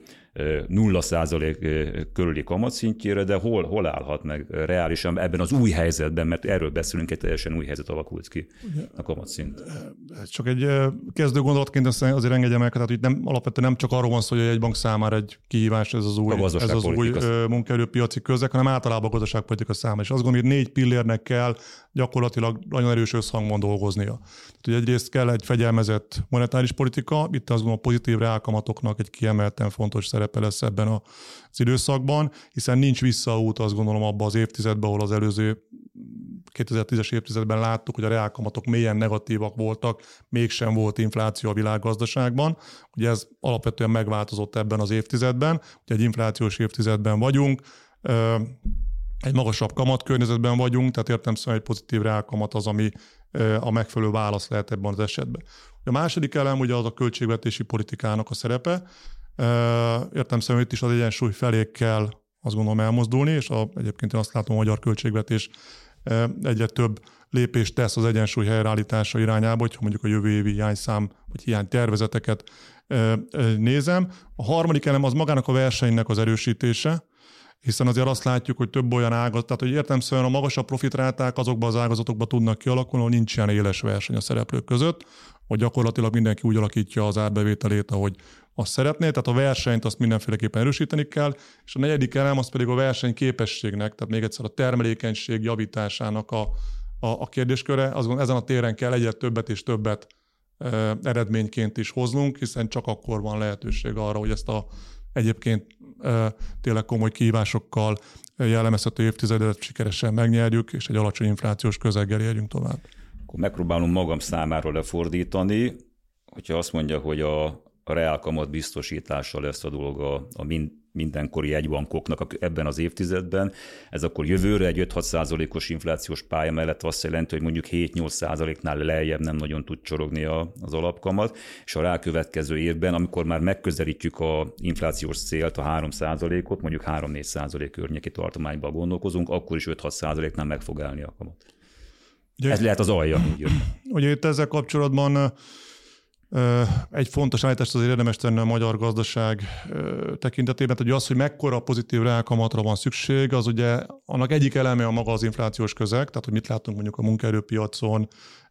0% körüli kamatszintjére, de hol állhat meg reálisan ebben az új helyzetben, mert erről beszélünk, egy teljesen új helyzet alakult ki a kamatszint. Csak egy kezdő gondolatként azért engedjem el, tehát hogy alapvetően nem csak arról van szó, hogy egy bank számára egy kihívás ez az új munkaerőpiaci közeg, hanem általában a gazdaságpolitika számára. És azt gondolom, hogy 4 pillérnek kell gyakorlatilag nagyon erős összhangban dolgoznia. Tehát, hogy egyrészt kell egy fegyelmezett monetáris politika, itt azt gondolom a pozitív reálkamatoknak egy kiemelten fontos szerepe lesz ebben az időszakban, hiszen nincs visszaút, azt gondolom, abban az évtizedben, ahol az előző 2010-es évtizedben láttuk, hogy a reálkamatok mélyen negatívak voltak, mégsem volt infláció a világgazdaságban. Ugye ez alapvetően megváltozott ebben az évtizedben, ugye egy inflációs évtizedben vagyunk, egy magasabb kamatkörnyezetben vagyunk, tehát értelemszerűen egy pozitív reálkamat az, ami a megfelelő válasz lehet ebben az esetben. A második elem ugye az a költségvetési politikának a szerepe. Értelemszerűen itt is az egyensúly felé kell, azt gondolom, elmozdulni, és egyébként én azt látom, a magyar költségvetés egyre több lépést tesz az egyensúly helyreállítása irányába, hogyha mondjuk a jövő évi hiányszám vagy hiánytervezeteket nézem. A harmadik elem az magának a versenynek az erősítése, hiszen azért azt látjuk, hogy több olyan ágazat, tehát hogy értelemszerűen a magasabb profitráták azokban az ágazatokban tudnak kialakulni, ahol nincs ilyen éles verseny a szereplők között, hogy gyakorlatilag mindenki úgy alakítja az árbevételét, ahogy azt szeretné, tehát a versenyt azt mindenféleképpen erősíteni kell, és a negyedik elem az pedig a versenyképességnek, tehát még egyszer a termelékenység javításának a kérdésköre, azon ezen a téren kell egyre többet és többet eredményként is hoznunk, hiszen csak akkor van lehetőség arra, hogy ezt a egyébként tényleg komoly kihívásokkal jellemezhető évtizedet sikeresen megnyerjük, és egy alacsony inflációs közeggel érjünk tovább. Akkor megpróbálom magam számára lefordítani, hogyha azt mondja, hogy a reálkamat biztosítása lesz a dolga a mindenkori jegybankoknak ebben az évtizedben. Ez akkor jövőre egy 5-6%-os inflációs pálya mellett azt jelenti, hogy mondjuk 7-8%-nál lejjebb nem nagyon tud csorogni az alapkamat, és a rákövetkező évben, amikor már megközelítjük az inflációs célt, a 3%-ot, mondjuk 3-4% környéki tartományban gondolkozunk, akkor is 5-6%-nál meg fog állni a kamat. Ugye, ez lehet az alja. Ugye itt ezzel kapcsolatban egy fontos állítást azért érdemes tenni a magyar gazdaság tekintetében, hogy az, hogy mekkora pozitív reálkamatra van szükség, az ugye annak egyik eleme a maga az inflációs közeg, tehát hogy mit látunk mondjuk a munkaerőpiacon,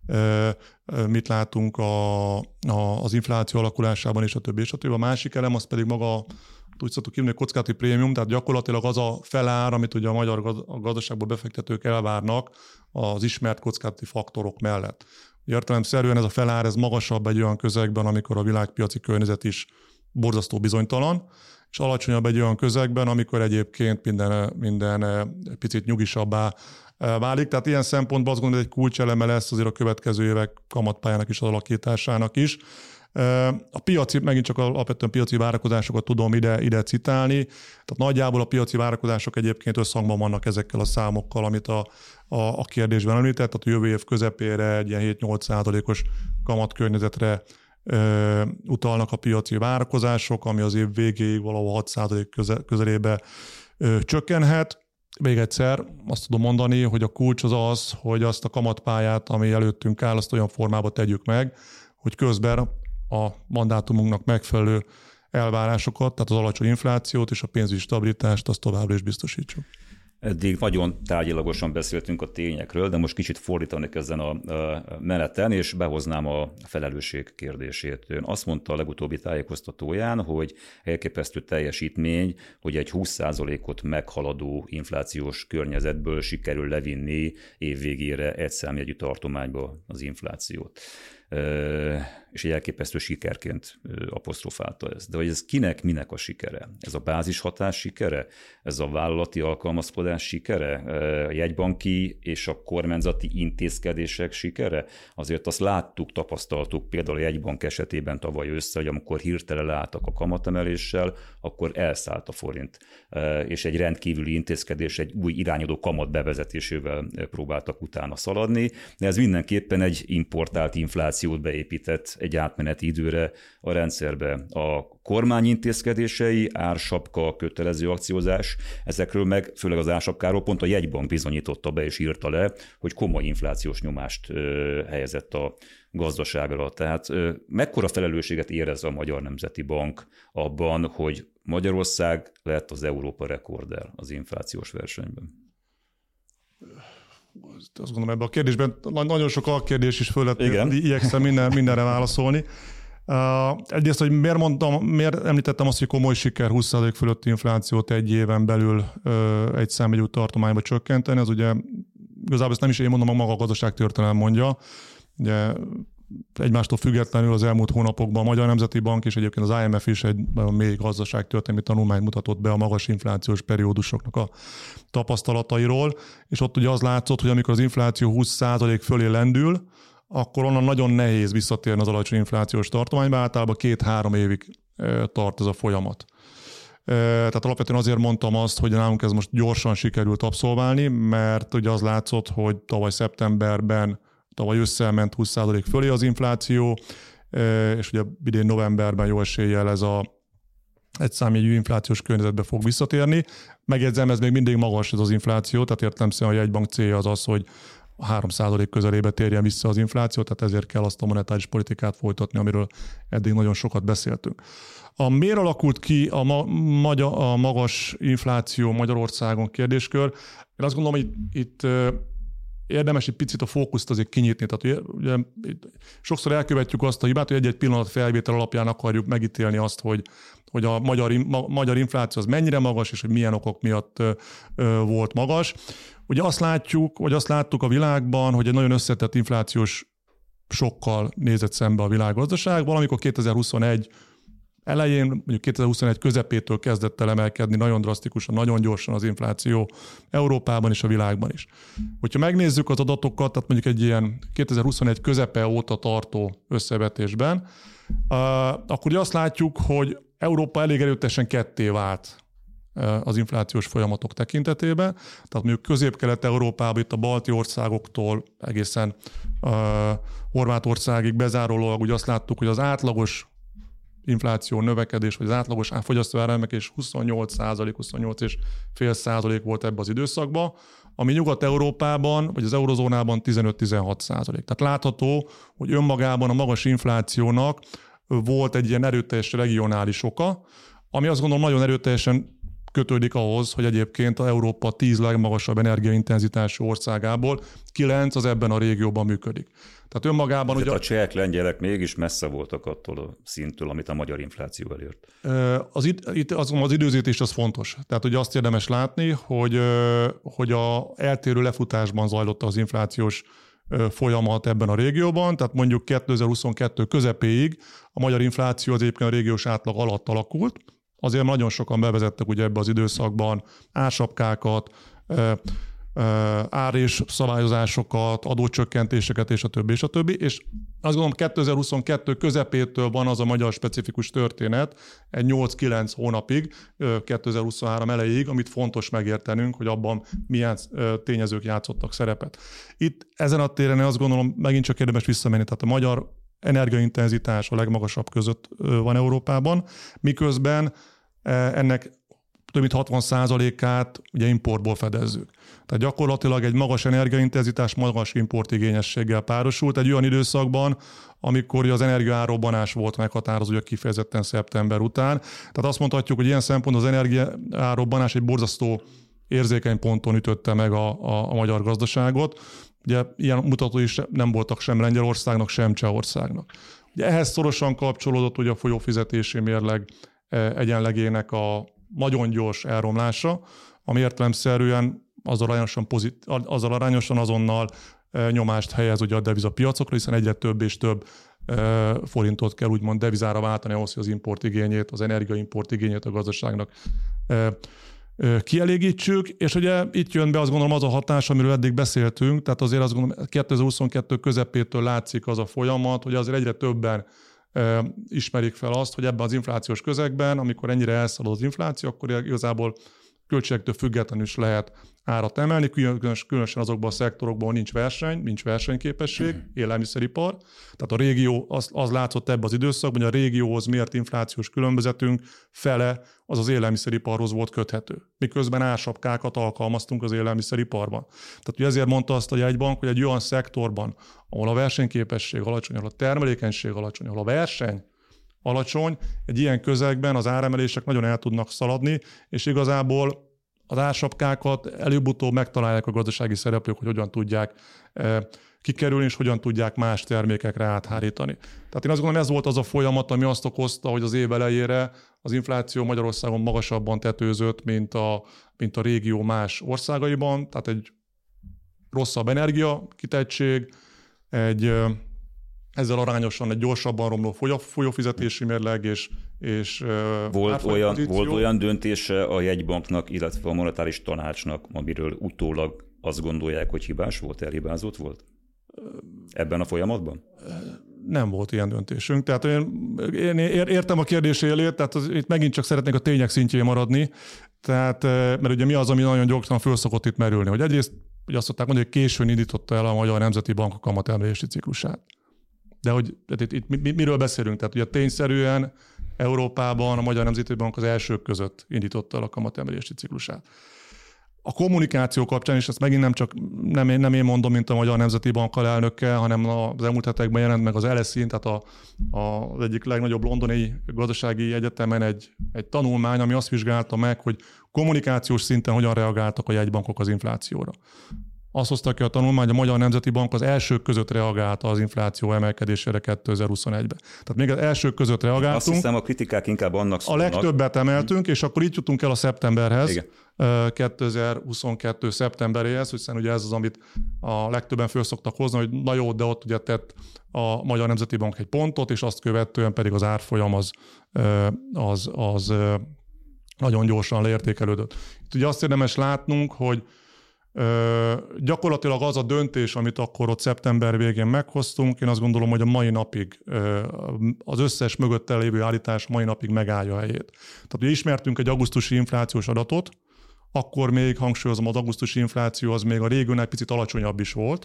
mit látunk az infláció alakulásában és a többi. A másik elem az pedig maga, úgy szoktuk hívni, kockázati prémium, tehát gyakorlatilag az a felár, amit ugye a magyar gazdaságban befektetők elvárnak az ismert kockázati faktorok mellett. Értelemszerűen ez a felár, ez magasabb egy olyan közegben, amikor a világpiaci környezet is borzasztó bizonytalan, és alacsonyabb egy olyan közegben, amikor egyébként minden picit nyugisabbá válik. Tehát ilyen szempontból azt gondolom, hogy egy kulcseleme lesz azért a következő évek kamatpályának is, az alakításának is. A piaci, megint csak alapvetően piaci várakozásokat tudom ide citálni, tehát nagyjából a piaci várakozások egyébként összhangban vannak ezekkel a számokkal, amit a kérdésben említett, tehát a jövő év közepére egy ilyen 7-8%-os kamatkörnyezetre utalnak a piaci várakozások, ami az év végéig valahol 6% közelébe csökkenhet. Még egyszer azt tudom mondani, hogy a kulcs az az, hogy azt a kamatpályát, ami előttünk áll, azt olyan formában tegyük meg, hogy közben a mandátumunknak megfelelő elvárásokat, tehát az alacsony inflációt és a pénzügyi stabilitást, azt továbbra is biztosítsuk. Eddig nagyon tárgyilagosan beszéltünk a tényekről, de most kicsit fordítanék ezen a meneten, és behoznám a felelősség kérdését. Ön azt mondta a legutóbbi tájékoztatóján, hogy elképesztő teljesítmény, hogy egy 20%-ot meghaladó inflációs környezetből sikerül levinni évvégére egy számjegyű tartományba az inflációt. És egy elképesztő sikerként apostrofálta ezt. De hogy ez kinek, minek a sikere? Ez a bázishatás sikere? Ez a vállalati alkalmazkodás sikere? A jegybanki és a kormányzati intézkedések sikere? Azért azt láttuk, tapasztaltuk például a jegybank esetében tavaly össze, hogy amikor hirtelen leálltak a kamatemeléssel, akkor elszállt a forint. És egy rendkívüli intézkedés, egy új irányadó kamat bevezetésével próbáltak utána szaladni, de ez mindenképpen egy importált inflációt beépített egy átmeneti időre a rendszerbe. A kormány intézkedései, ársapka, kötelező akciózás, ezekről meg, főleg az ársapkáról pont a jegybank bizonyította be és írta le, hogy komoly inflációs nyomást helyezett a gazdaságra. Tehát mekkora felelősséget érez a Magyar Nemzeti Bank abban, hogy Magyarország lett az Európa rekorder az inflációs versenyben? Azt gondolom, ebben a kérdésben nagyon sok alkérdés is föl lett, igyekszem mindenre válaszolni. Egyrészt, hogy miért említettem azt, hogy komoly siker 20% fölötti inflációt egy éven belül egy számjegyű tartományba csökkenteni, az ugye igazából ezt nem is én mondom, maga a gazdaságtörténelem mondja. ugye egymástól függetlenül az elmúlt hónapokban a Magyar Nemzeti Bank és egyébként az IMF is egy nagyon mély gazdaságtörténelmi tanulmányt mutatott be a magas inflációs periódusoknak a tapasztalatairól, és ott ugye az látszott, hogy amikor az infláció 20% fölé lendül, akkor onnan nagyon nehéz visszatérni az alacsony inflációs tartományba, általában 2-3 évig tart ez a folyamat. Tehát alapvetően azért mondtam azt, hogy nálunk ez most gyorsan sikerült abszolválni, mert ugye az látszott, hogy tavaly ősszel ment 20% fölé az infláció, és ugye idén novemberben jó eséllyel ez egy számjegyű inflációs környezetbe fog visszatérni. Megjegyzem, ez még mindig magas ez az infláció, tehát értelemszerűen a jegybank célja az, hogy 3% közelébe térjen vissza az infláció, tehát ezért kell azt a monetáris politikát folytatni, amiről eddig nagyon sokat beszéltünk. Miért alakult ki a magas infláció Magyarországon kérdéskör? Én azt gondolom, hogy itt érdemes egy picit a fókuszt azért kinyitni. Tehát ugye, sokszor elkövetjük azt a hibát, hogy egy-egy pillanat felvétel alapján akarjuk megítélni azt, hogy a magyar infláció az mennyire magas, és hogy milyen okok miatt volt magas. Ugye azt láttuk a világban, hogy egy nagyon összetett inflációs sokkal nézett szembe a világgazdaság. Valamikor 2021 elején, mondjuk 2021 közepétől kezdett el emelkedni nagyon drasztikusan, nagyon gyorsan az infláció Európában és a világban is. Hogyha megnézzük az adatokat, tehát mondjuk egy ilyen 2021 közepe óta tartó összevetésben, akkor ugye azt látjuk, hogy Európa elég erőteljesen ketté vált az inflációs folyamatok tekintetében. Tehát mondjuk Közép-Kelet-Európában itt a balti országoktól egészen Horvátországig bezárólag ugye azt láttuk, hogy az átlagos infláció növekedés, vagy az átlagos fogyasztóáremelkedés 28,5% volt ebben az időszakban, ami Nyugat-Európában, vagy az eurozónában 15-16%. Tehát látható, hogy önmagában a magas inflációnak volt egy ilyen erőteljes regionális oka, ami azt gondolom nagyon erőteljesen kötődik ahhoz, hogy egyébként a Európa 10 legmagasabb energiaintenzitású országából 9 az ebben a régióban működik. Tehát önmagában... A csehek, lengyelek mégis messze voltak attól a szinttől, amit a magyar infláció elért. Itt az időzítés az fontos. Tehát ugye azt érdemes látni, hogy a eltérő lefutásban zajlott az inflációs folyamat ebben a régióban, tehát mondjuk 2022 közepéig a magyar infláció az egyébként a régiós átlag alatt alakult, azért nagyon sokan bevezettek ugye ebbe az időszakban ársapkákat, ár- és szabályozásokat, adócsökkentéseket és a többi, és a többi. És azt gondolom 2022 közepétől van az a magyar specifikus történet, egy 8-9 hónapig, 2023 elejéig, amit fontos megértenünk, hogy abban milyen tényezők játszottak szerepet. Itt ezen a téren azt gondolom megint csak érdemes visszamenni, tehát a magyar energiaintenzitás a legmagasabb között van Európában, miközben ennek több mint 60%-át ugye importból fedezzük. Tehát gyakorlatilag egy magas energiaintenzitás, magas importigényességgel párosult egy olyan időszakban, amikor az energiaárrobbanás volt meghatározó kifejezetten szeptember után. Tehát azt mondhatjuk, hogy ilyen szempontból az energiaárrobbanás egy borzasztó érzékeny ponton ütötte meg a magyar gazdaságot. Ugye ilyen mutatói is nem voltak sem Lengyelországnak, sem Csehországnak. Ugye ehhez szorosan kapcsolódott ugye a folyófizetési mérleg egyenlegének a nagyon gyors elromlása, ami értelemszerűen azzal arányosan azonnal nyomást helyez ugye a devizapiacokra, hiszen egyre több és több forintot kell úgymond devizára váltani ahhoz, hogy az importigényét, az energiaimportigényét a gazdaságnak kielégítsük, és ugye itt jön be azt gondolom az a hatás, amiről eddig beszéltünk, tehát azért azt gondolom 2022 közepétől látszik az a folyamat, hogy azért egyre többen ismerik fel azt, hogy ebben az inflációs közegben, amikor ennyire elszalad az infláció, akkor igazából költségektől függetlenül is lehet árat emelni, különösen azokban a szektorokban, ahol nincs versenyképesség, élelmiszeripar. Tehát a régió, az látszott ebben az időszakban, hogy a régióhoz mért inflációs különbözetünk fele az élelmiszeriparhoz volt köthető. Miközben ársapkákat alkalmaztunk az élelmiszeriparban. Tehát ugye ezért mondta azt a jegybank, hogy egy olyan szektorban, ahol a versenyképesség alacsony, ahol a termelékenység alacsony, ahol a verseny alacsony, egy ilyen közegben az áremelések nagyon el tudnak szaladni, és igazából az ársapkákat előbb-utóbb megtalálják a gazdasági szereplők, hogy hogyan tudják kikerülni, és hogyan tudják más termékekre áthárítani. Tehát én azt gondolom, ez volt az a folyamat, ami azt okozta, hogy az év elejére az infláció Magyarországon magasabban tetőzött, mint a régió más országaiban, tehát egy rosszabb energiakitettség, egy ezzel arányosan egy gyorsabban romló folyófizetési mérleg és volt olyan döntése a jegybanknak, illetve a monetáris tanácsnak, amiről utólag azt gondolják, hogy hibás volt, elhibázott volt? Ebben a folyamatban? Nem volt ilyen döntésünk. Tehát én értem a kérdés élét, tehát itt megint csak szeretnék a tények szintjén maradni, tehát, mert ugye mi az, ami nagyon gyorsan föl szokott itt merülni, hogy egyrészt hogy azt szokták mondani, hogy későn indította el a Magyar Nemzeti Bank a kamatemelési ciklusát. De hogy itt miről beszélünk? Tehát ugye tényszerűen Európában a Magyar Nemzeti Bank az elsők között indította el a kamatemelési ciklusát. A kommunikáció kapcsán, és ezt megint nem én mondom, mint a Magyar Nemzeti Bank alelnöke, hanem az elmúlt hetekben jelent meg az LSE-n, tehát az egyik legnagyobb londoni gazdasági egyetemen egy tanulmány, ami azt vizsgálta meg, hogy kommunikációs szinten hogyan reagáltak a jegybankok az inflációra. Azt hozta ki a tanulmány, hogy a Magyar Nemzeti Bank az elsők között reagálta az infláció emelkedésére 2021-ben. Tehát még az elsők között reagáltunk. Azt hiszem, a kritikák inkább annak szólnak. A legtöbbet emeltünk, és akkor így jutunk el a szeptemberhez. Igen. 2022. szeptemberéhez, hiszen ugye ez az, amit a legtöbben föl szoktak hozni, hogy na jó, de ott ugye tett a Magyar Nemzeti Bank egy pontot, és azt követően pedig az árfolyam az nagyon gyorsan leértékelődött. Itt ugye azt érdemes látnunk, hogy gyakorlatilag az a döntés, amit akkor ott szeptember végén meghoztunk, én azt gondolom, hogy a mai napig az összes mögötte lévő állítás mai napig megállja a helyét. Tehát ugye ismertünk egy augusztusi inflációs adatot, akkor még hangsúlyozom, az augusztusi infláció az még a régiónál picit alacsonyabb is volt.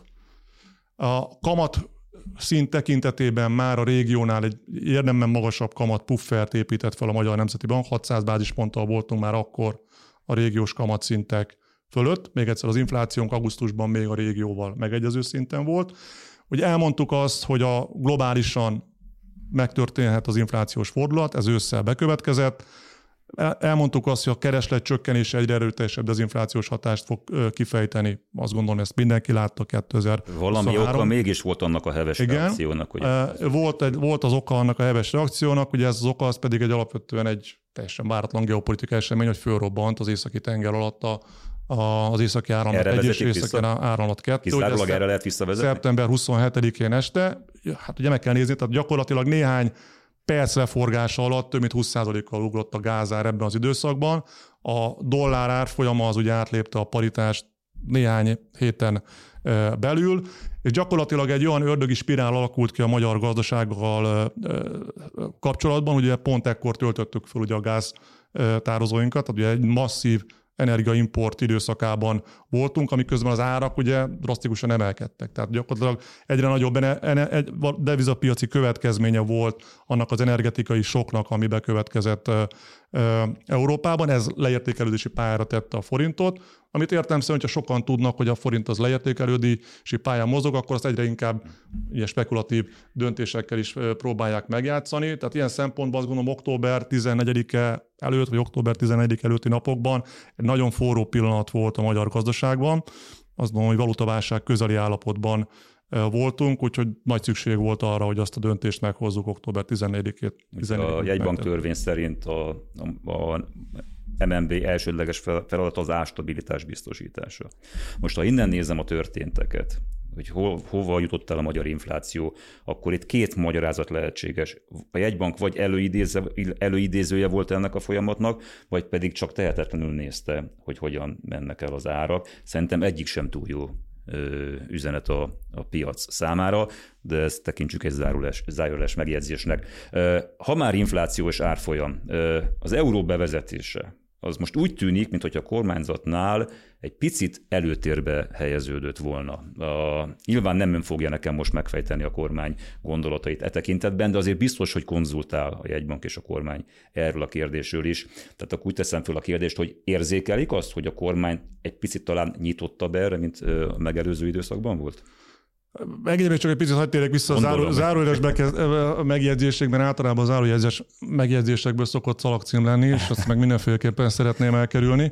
A kamat szint tekintetében már a régiónál egy érdemben magasabb kamat puffert épített fel a Magyar Nemzeti Bank, 600 bázisponttal voltunk már akkor a régiós kamatszintek fölött. Még egyszer az inflációnk augusztusban még a régióval megegyező szinten volt. Ugye elmondtuk azt, hogy a globálisan megtörténhet az inflációs fordulat, ez ősszel bekövetkezett. Elmondtuk azt, hogy a kereslet csökkenése egyre erőteljesebb dezinflációs hatást fog kifejteni. Azt gondolom, ezt mindenki látta 2023. Valami oka mégis volt annak a heves reakciónak. Ugye? Volt az oka annak a heves reakciónak, ugye ez az oka, az pedig alapvetően egy teljesen váratlan geopolitikai esemény, hogy fölrobbant az északi tenger alatt az északi áramlat 1 és északi áramlat 2. Kizárólag erre lehet visszavezetni? Szeptember 27-én este, hát ugye meg kell nézni, tehát gyakorlatilag néhány perc leforgása alatt több mint 20%-kal ugrott a gázár ebben az időszakban. A dollár árfolyama az ugye átlépte a paritást néhány héten belül, és gyakorlatilag egy olyan ördögi spirál alakult ki a magyar gazdasággal kapcsolatban, ugye pont ekkor töltöttük fel ugye a gáztározóinkat, tehát ugye egy masszív energiaimport időszakában voltunk, amiközben az árak ugye drasztikusan emelkedtek. Tehát gyakorlatilag egyre nagyobb devizapiaci következménye volt annak az energetikai soknak, ami bekövetkezett Európában. Ez leértékelődési pályára tette a forintot, amit értelemszerűen, hogyha sokan tudnak, hogy a forint az leértékelődési pályán mozog, akkor azt egyre inkább ilyen spekulatív döntésekkel is próbálják megjátszani. Tehát ilyen szempontból azt gondolom október 14-e előtt, vagy október 11 előtti napokban egy nagyon forró pillanat volt a magyar gazdaságban. Azt gondolom, hogy valutaválság közeli állapotban voltunk, úgyhogy nagy szükség volt arra, hogy azt a döntést meghozzuk október 14-ét. A jegybank törvény szerint a MNB elsődleges feladat az árstabilitás biztosítása. Most, ha innen nézem a történteket, hogy hova jutott el a magyar infláció, akkor itt két magyarázat lehetséges. A jegybank vagy előidézője volt ennek a folyamatnak, vagy pedig csak tehetetlenül nézte, hogy hogyan mennek el az árak. Szerintem egyik sem túl jó üzenet a piac számára, de ezt tekintsük egy zárójeles megjegyzésnek. Ha már inflációs árfolyam, az euró bevezetése, az most úgy tűnik, mintha a kormányzatnál egy picit előtérbe helyeződött volna. Nyilván nem ön fogja nekem most megfejteni a kormány gondolatait e tekintetben, de azért biztos, hogy konzultál a jegybank és a kormány erről a kérdésről is. Tehát akkor úgy teszem fel a kérdést, hogy érzékelik azt, hogy a kormány egy picit talán nyitottabb erre, mint a megelőző időszakban volt? Megint csak egy picit hadd térjek vissza a zárójeles megjegyzésekben, általában a zárójeles megjegyzésekből szokott szalagcím lenni, és azt meg mindenféleképpen szeretném elkerülni.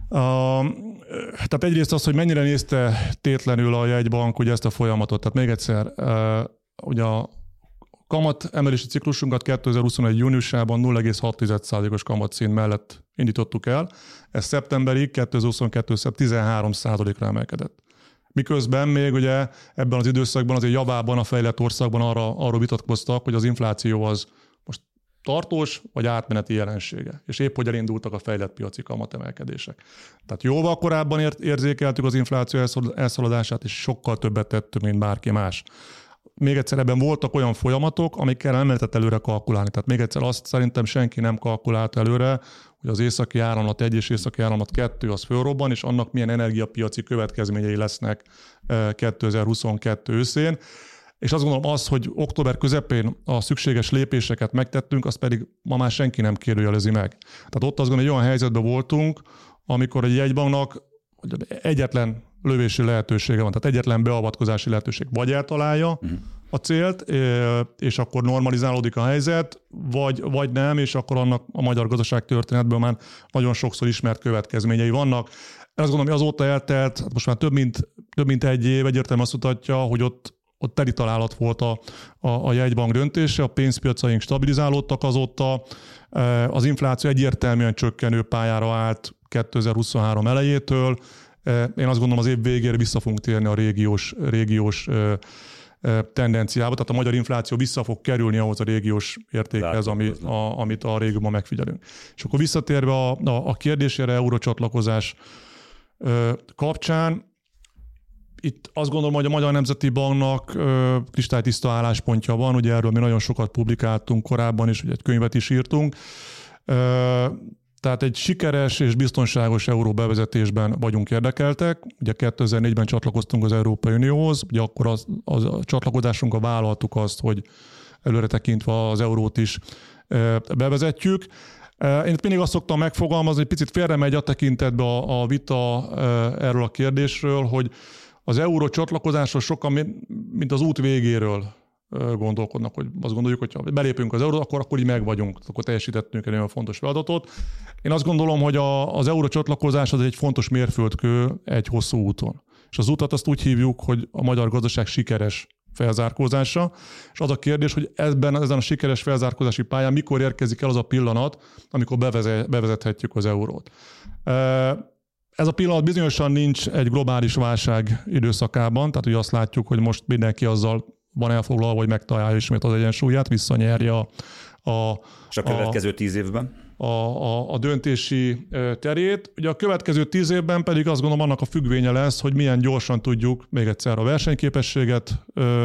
Tehát egyrészt az, hogy mennyire nézte tétlenül a jegybank ugye ezt a folyamatot. Tehát még egyszer, ugye a kamat emelési ciklusunkat 2021. júniusában 0,6%-os kamatszint mellett indítottuk el. Ez szeptemberig, 2022. 13%-ra emelkedett. Miközben még ugye ebben az időszakban azért javában a fejlett országban arról vitatkoztak, hogy az infláció az most tartós vagy átmeneti jelensége. És épp hogy elindultak a fejlett piaci kamatemelkedések. Tehát jóval korábban érzékeltük az infláció elszaladását, és sokkal többet tettünk, mint bárki más. Még egyszer ebben voltak olyan folyamatok, amikkel nem lehetett előre kalkulálni. Tehát még egyszer azt szerintem senki nem kalkulált előre, hogy az északi áramlat 1 és északi áramlat 2 az fölrobban, és annak milyen energiapiaci következményei lesznek 2022 őszén. És azt gondolom hogy október közepén a szükséges lépéseket megtettünk, azt pedig ma már senki nem kérdőjelezi meg. Tehát ott azt gondolom, hogy olyan helyzetben voltunk, amikor egy jegybanknak egyetlen lövési lehetősége van, tehát egyetlen beavatkozási lehetőség. Vagy eltalálja a célt, és akkor normalizálódik a helyzet, vagy nem, és akkor annak a magyar gazdaság történetből már nagyon sokszor ismert következményei vannak. Azt gondolom, hogy azóta eltelt, most már több mint egy év, egyértelműen azt mutatja, hogy ott teli találat volt a jegybank döntése, a pénzpiacaink stabilizálódtak azóta, az infláció egyértelműen csökkenő pályára állt 2023 elejétől. Én azt gondolom, az év végére vissza fogunk térni a régiós tendenciába, tehát a magyar infláció vissza fog kerülni ahhoz a régiós értékhez, amit a régióban megfigyelünk. És akkor visszatérve a kérdésére eurócsatlakozás kapcsán, itt azt gondolom, hogy a Magyar Nemzeti Banknak kristálytiszta álláspontja van, ugye erről mi nagyon sokat publikáltunk korábban is, ugye egy könyvet is írtunk. Tehát egy sikeres és biztonságos euró bevezetésben vagyunk érdekeltek. Ugye 2004-ben csatlakoztunk az Európai Unióhoz, ugye akkor a csatlakozásunkra vállaltuk azt, hogy előre tekintve az eurót is bevezetjük. Én mindig azt szoktam megfogalmazni, hogy picit félremegy a tekintetbe a vita erről a kérdésről, hogy az euró csatlakozásról sokan, mint az út végéről gondolkodnak, hogy azt gondoljuk, hogy ha belépünk az euróba, akkor így meg vagyunk, akkor teljesítettünk egy nagyon fontos feladatot. Én azt gondolom, hogy az euró csatlakozás az egy fontos mérföldkő egy hosszú úton. És az utat azt úgy hívjuk, hogy a magyar gazdaság sikeres felzárkózása, és az a kérdés, hogy ezen a sikeres felzárkózási pályán mikor érkezik el az a pillanat, amikor bevezethetjük az eurót. Ez a pillanat bizonyosan nincs egy globális válság időszakában, tehát ugye azt látjuk, hogy most mindenki azzal van elfoglalva, hogy megtalálja ismét az egyensúlyát, visszanyerje és a következő 10 évben? A döntési terét. Ugye a következő 10 évben pedig azt gondolom annak a függvénye lesz, hogy milyen gyorsan tudjuk még egyszer a versenyképességet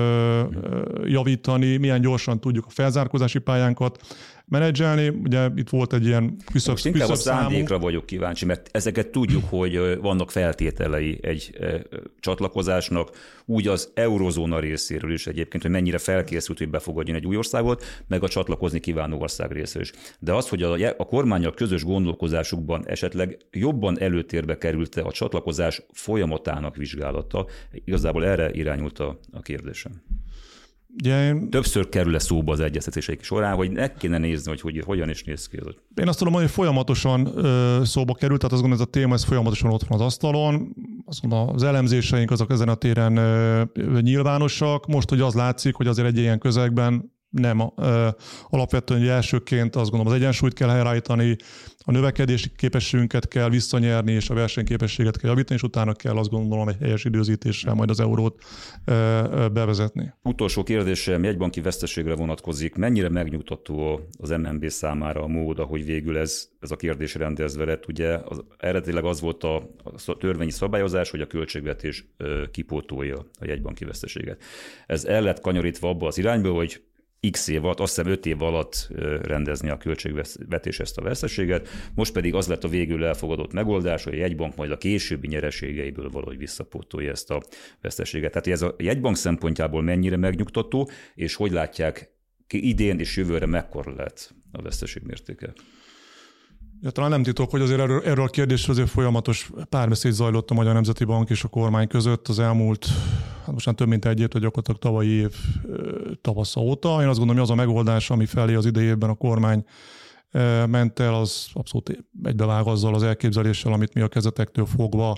javítani, milyen gyorsan tudjuk a felzárkózási pályánkat menedzselni. Ugye itt volt egy ilyen küszöbb most inkább a szándékra vagyok kíváncsi, mert ezeket tudjuk, hogy vannak feltételei egy csatlakozásnak, úgy az eurozóna részéről is egyébként, hogy mennyire felkészült, hogy befogadjon egy új országot, meg a csatlakozni kívánó ország részéről is. De az, hogy a kormánnyal közös gondolkozásukban esetleg jobban előtérbe került a csatlakozás folyamatának vizsgálata, igazából erre irányult a kérdésem. Többször kerül-e szóba az egyeztetéseik során, hogy ne kéne nézni, hogy hogyan is néz ki. Én azt tudom, hogy folyamatosan szóba került, tehát azt gondolom, ez a téma ez folyamatosan ott van az asztalon. Azt mondom, az elemzéseink azok ezen a téren nyilvánosak. Most, hogy az látszik, hogy azért egy ilyen közegben nem alapvetően, hogy elsőként azt gondolom, az egyensúlyt kell helyreállítani, a növekedési képességünket kell visszanyerni, és a versenyképességet kell javítani, és utána kell azt gondolom egy helyes időzítéssel majd az eurót bevezetni. Utolsó kérdésem jegybanki veszteségre vonatkozik. Mennyire megnyugtató az MNB számára a mód, ahogy végül ez a kérdés rendezve lett? Ugye eredetileg az volt a törvényi szabályozás, hogy a költségvetés kipótolja a jegybanki veszteséget. Ez el lett kanyarítva abba az irányba, hogy X év alatt, azt hiszem 5 év alatt rendezni a költségvetés ezt a veszteséget, most pedig az lett a végül elfogadott megoldás, hogy a jegybank majd a későbbi nyereségeiből valahogy visszapótolja ezt a veszteséget. Tehát ez a jegybank szempontjából mennyire megnyugtató, és hogy látják ki idén és jövőre mekkora lehet a veszteség mértéke? Ja, talán nem titok, hogy azért erről a kérdésről azért folyamatos párbeszéd zajlott a Magyar Nemzeti Bank és a kormány között az elmúlt, most már több mint egy év, vagy gyakorlatilag tavalyi év tavasza óta. Én azt gondolom, hogy az a megoldás, ami felé az idei évben a kormány ment el, az abszolút egybevág azzal az elképzeléssel, amit mi a kezdetektől fogva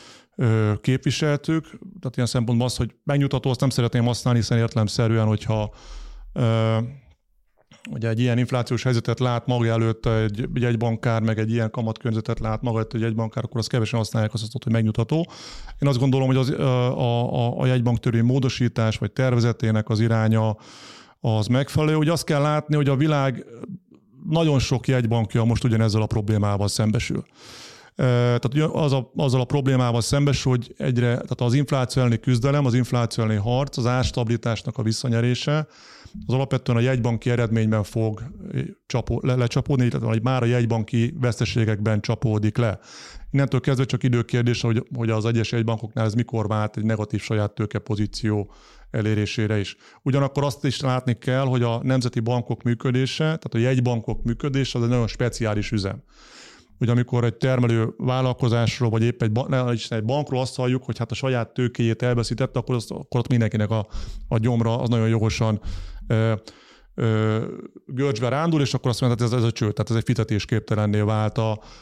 képviseltük. Tehát ilyen szempontból az, hogy megnyugtató, azt nem szeretném használni, hiszen értelemszerűen, hogyha ugye egy ilyen inflációs helyzetet lát maga előtt egy jegybankár, meg egy ilyen kamatkörnyezetet lát maga előtt egy jegybankár, akkor azt kevesen használják azt, hogy megnyugtató. Én azt gondolom, hogy a jegybanktörvény módosítás vagy tervezetének az iránya az megfelelő. Ugye azt kell látni, hogy a világ nagyon sok jegybankja most ugyanezzel a problémával szembesül. Tehát azzal a problémával szembesül, hogy tehát az infláció elleni küzdelem, az infláció elleni harc, az árstabilitásnak a visszanyerése, az alapvetően a jegybanki eredményben fog lecsapódni, tehát már a jegybanki veszteségekben csapódik le. Innentől kezdve csak időkérdése, hogy az egyes jegybankoknál ez mikor vált egy negatív saját tőke pozíció elérésére is. Ugyanakkor azt is látni kell, hogy a nemzeti bankok működése, tehát a jegybankok működése az egy nagyon speciális üzem. Ugye amikor egy termelő vállalkozásról, vagy épp egy bankról azt halljuk, hogy hát a saját tőkéjét elveszítette, akkor ott mindenkinek a gyomra az nagyon jogosan görcsbe rándul, és akkor azt mondja, hogy ez a csőd, tehát ez egy fizetésképtelenné vált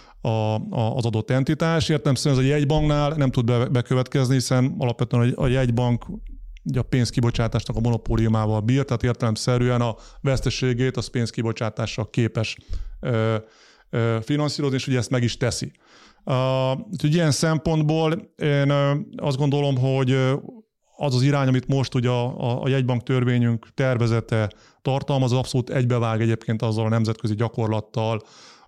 az adott entitás. Értelemszerűen ez a jegybanknál nem tud bekövetkezni, hiszen alapvetően a jegybank ugye a pénzkibocsátásnak a monopóliumával bír, tehát értelemszerűen a veszteségét az pénzkibocsátással képes finanszírozni, és ugye ezt meg is teszi. Úgyhogy ilyen szempontból én azt gondolom, hogy az az irány, amit most ugye a jegybank törvényünk tervezete tartalmaz, az abszolút egybevág egyébként azzal a nemzetközi gyakorlattal,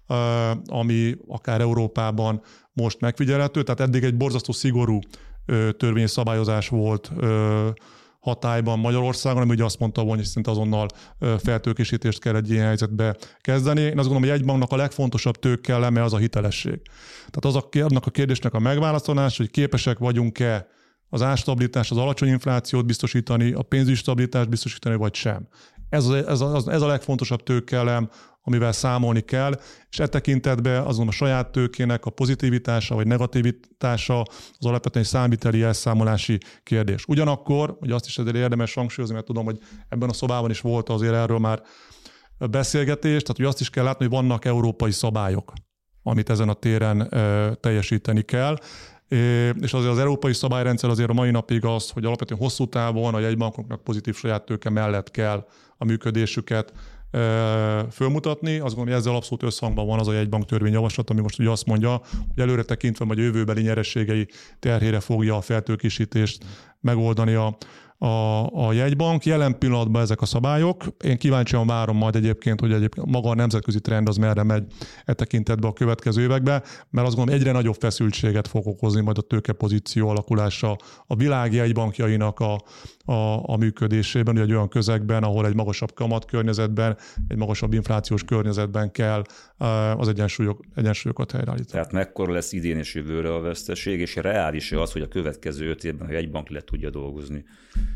ami akár Európában most megfigyelhető. Tehát eddig egy borzasztó szigorú törvényi szabályozás volt hatályban Magyarországon, ami ugye azt mondta volna, hogy szinte azonnal feltőkésítést kell egy ilyen helyzetbe kezdeni. Én azt gondolom, hogy egy banknak a legfontosabb tőkeleme az a hitelesség. Tehát annak a kérdésnek a megválaszolása, hogy képesek vagyunk-e az árstabilitást, az alacsony inflációt biztosítani, a pénzügyi stabilitást biztosítani, vagy sem. Ez a legfontosabb tőkelem, amivel számolni kell, és e tekintetben azon a saját tőkének a pozitivitása vagy negativitása az alapvetően egy számviteli elszámolási kérdés. Ugyanakkor, ugye azt is ezért érdemes hangsúlyozni, mert tudom, hogy ebben a szobában is volt azért erről már beszélgetés, tehát hogy azt is kell látni, hogy vannak európai szabályok, amit ezen a téren teljesíteni kell, és azért az európai szabályrendszer azért a mai napig az, hogy alapvetően hosszú távon a jegybankoknak pozitív saját tőke mellett kell a működésüket fölmutatni. Azt gondolom, hogy ezzel abszolút összhangban van az a jegybank törvényjavaslat, ami most ugye azt mondja, hogy előre tekintve, vagy jövőbeli nyereségei terhére fogja a feltőkésítést megoldani a jegybank. Jelen pillanatban ezek a szabályok. Én kíváncsian várom majd egyébként, hogy maga a nemzetközi trend az merre megy e tekintetben a következő években, mert azt gondolom, egyre nagyobb feszültséget fog okozni majd a tőkepozíció alakulása a világ jegybankjainak a működésében, ugye egy olyan közegben, ahol egy magasabb kamatkörnyezetben, egy magasabb inflációs környezetben kell az egyensúlyokat helyreállítani. Tehát mekkora lesz idén és jövőre a veszteség, és reális-e az, hogy a következő 5 évben a jegybank le tudja dolgozni?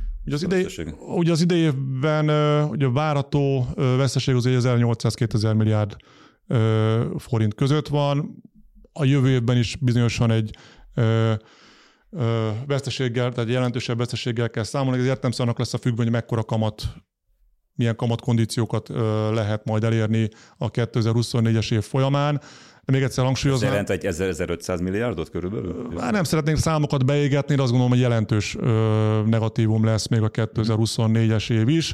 Ugye az idejében ugye várható veszteség az 1800-2000 milliárd forint között van. A jövő évben is bizonyosan egy veszteséggel, tehát jelentősebb veszteséggel kell számolni. Ez értelemszerűen annak lesz a függvény, hogy mekkora milyen kamatkondíciókat lehet majd elérni a 2024-es év folyamán. De még egyszer hangsúlyoznám. Ez jelent egy 1500 milliárdot körülbelül? Nem szeretnénk számokat beégetni, de azt gondolom, hogy jelentős negatívum lesz még a 2024-es év is.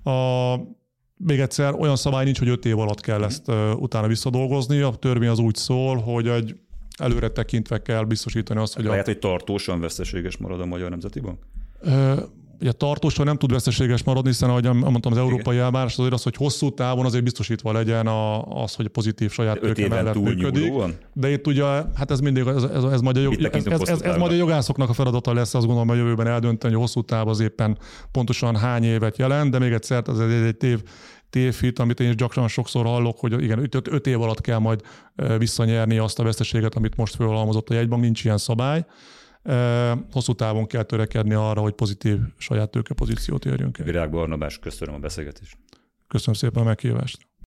Még egyszer olyan szabály nincs, hogy 5 év alatt kell ezt utána visszadolgozni. A törvény az úgy szól, hogy előre tekintve kell biztosítani azt, hogy... Lehet, hogy tartósan veszteséges marad a Magyar Nemzeti Bank? Ugye tartósan nem tud veszteséges maradni, hiszen ahogy mondtam, az európai elvárás azért az, hogy hosszú távon azért biztosítva legyen az, hogy pozitív saját tőke mellett működik. De itt ugye, hát ez mindig, ez majd a jogászoknak a feladata lesz, azt gondolom, hogy a jövőben eldönteni, hogy hosszú táv az éppen pontosan hány évet jelent, de még egyszer ez egy tévhit, amit én is gyakran sokszor hallok, hogy igen, 5 év alatt kell majd visszanyerni azt a veszteséget, amit most fölhalmozott a jegybank, nincs ilyen szabály. Hosszú távon kell törekedni arra, hogy pozitív saját tőkepozíciót érjünk el. Virág Barnabás, köszönöm a beszélgetést. Köszönöm szépen a meghívást.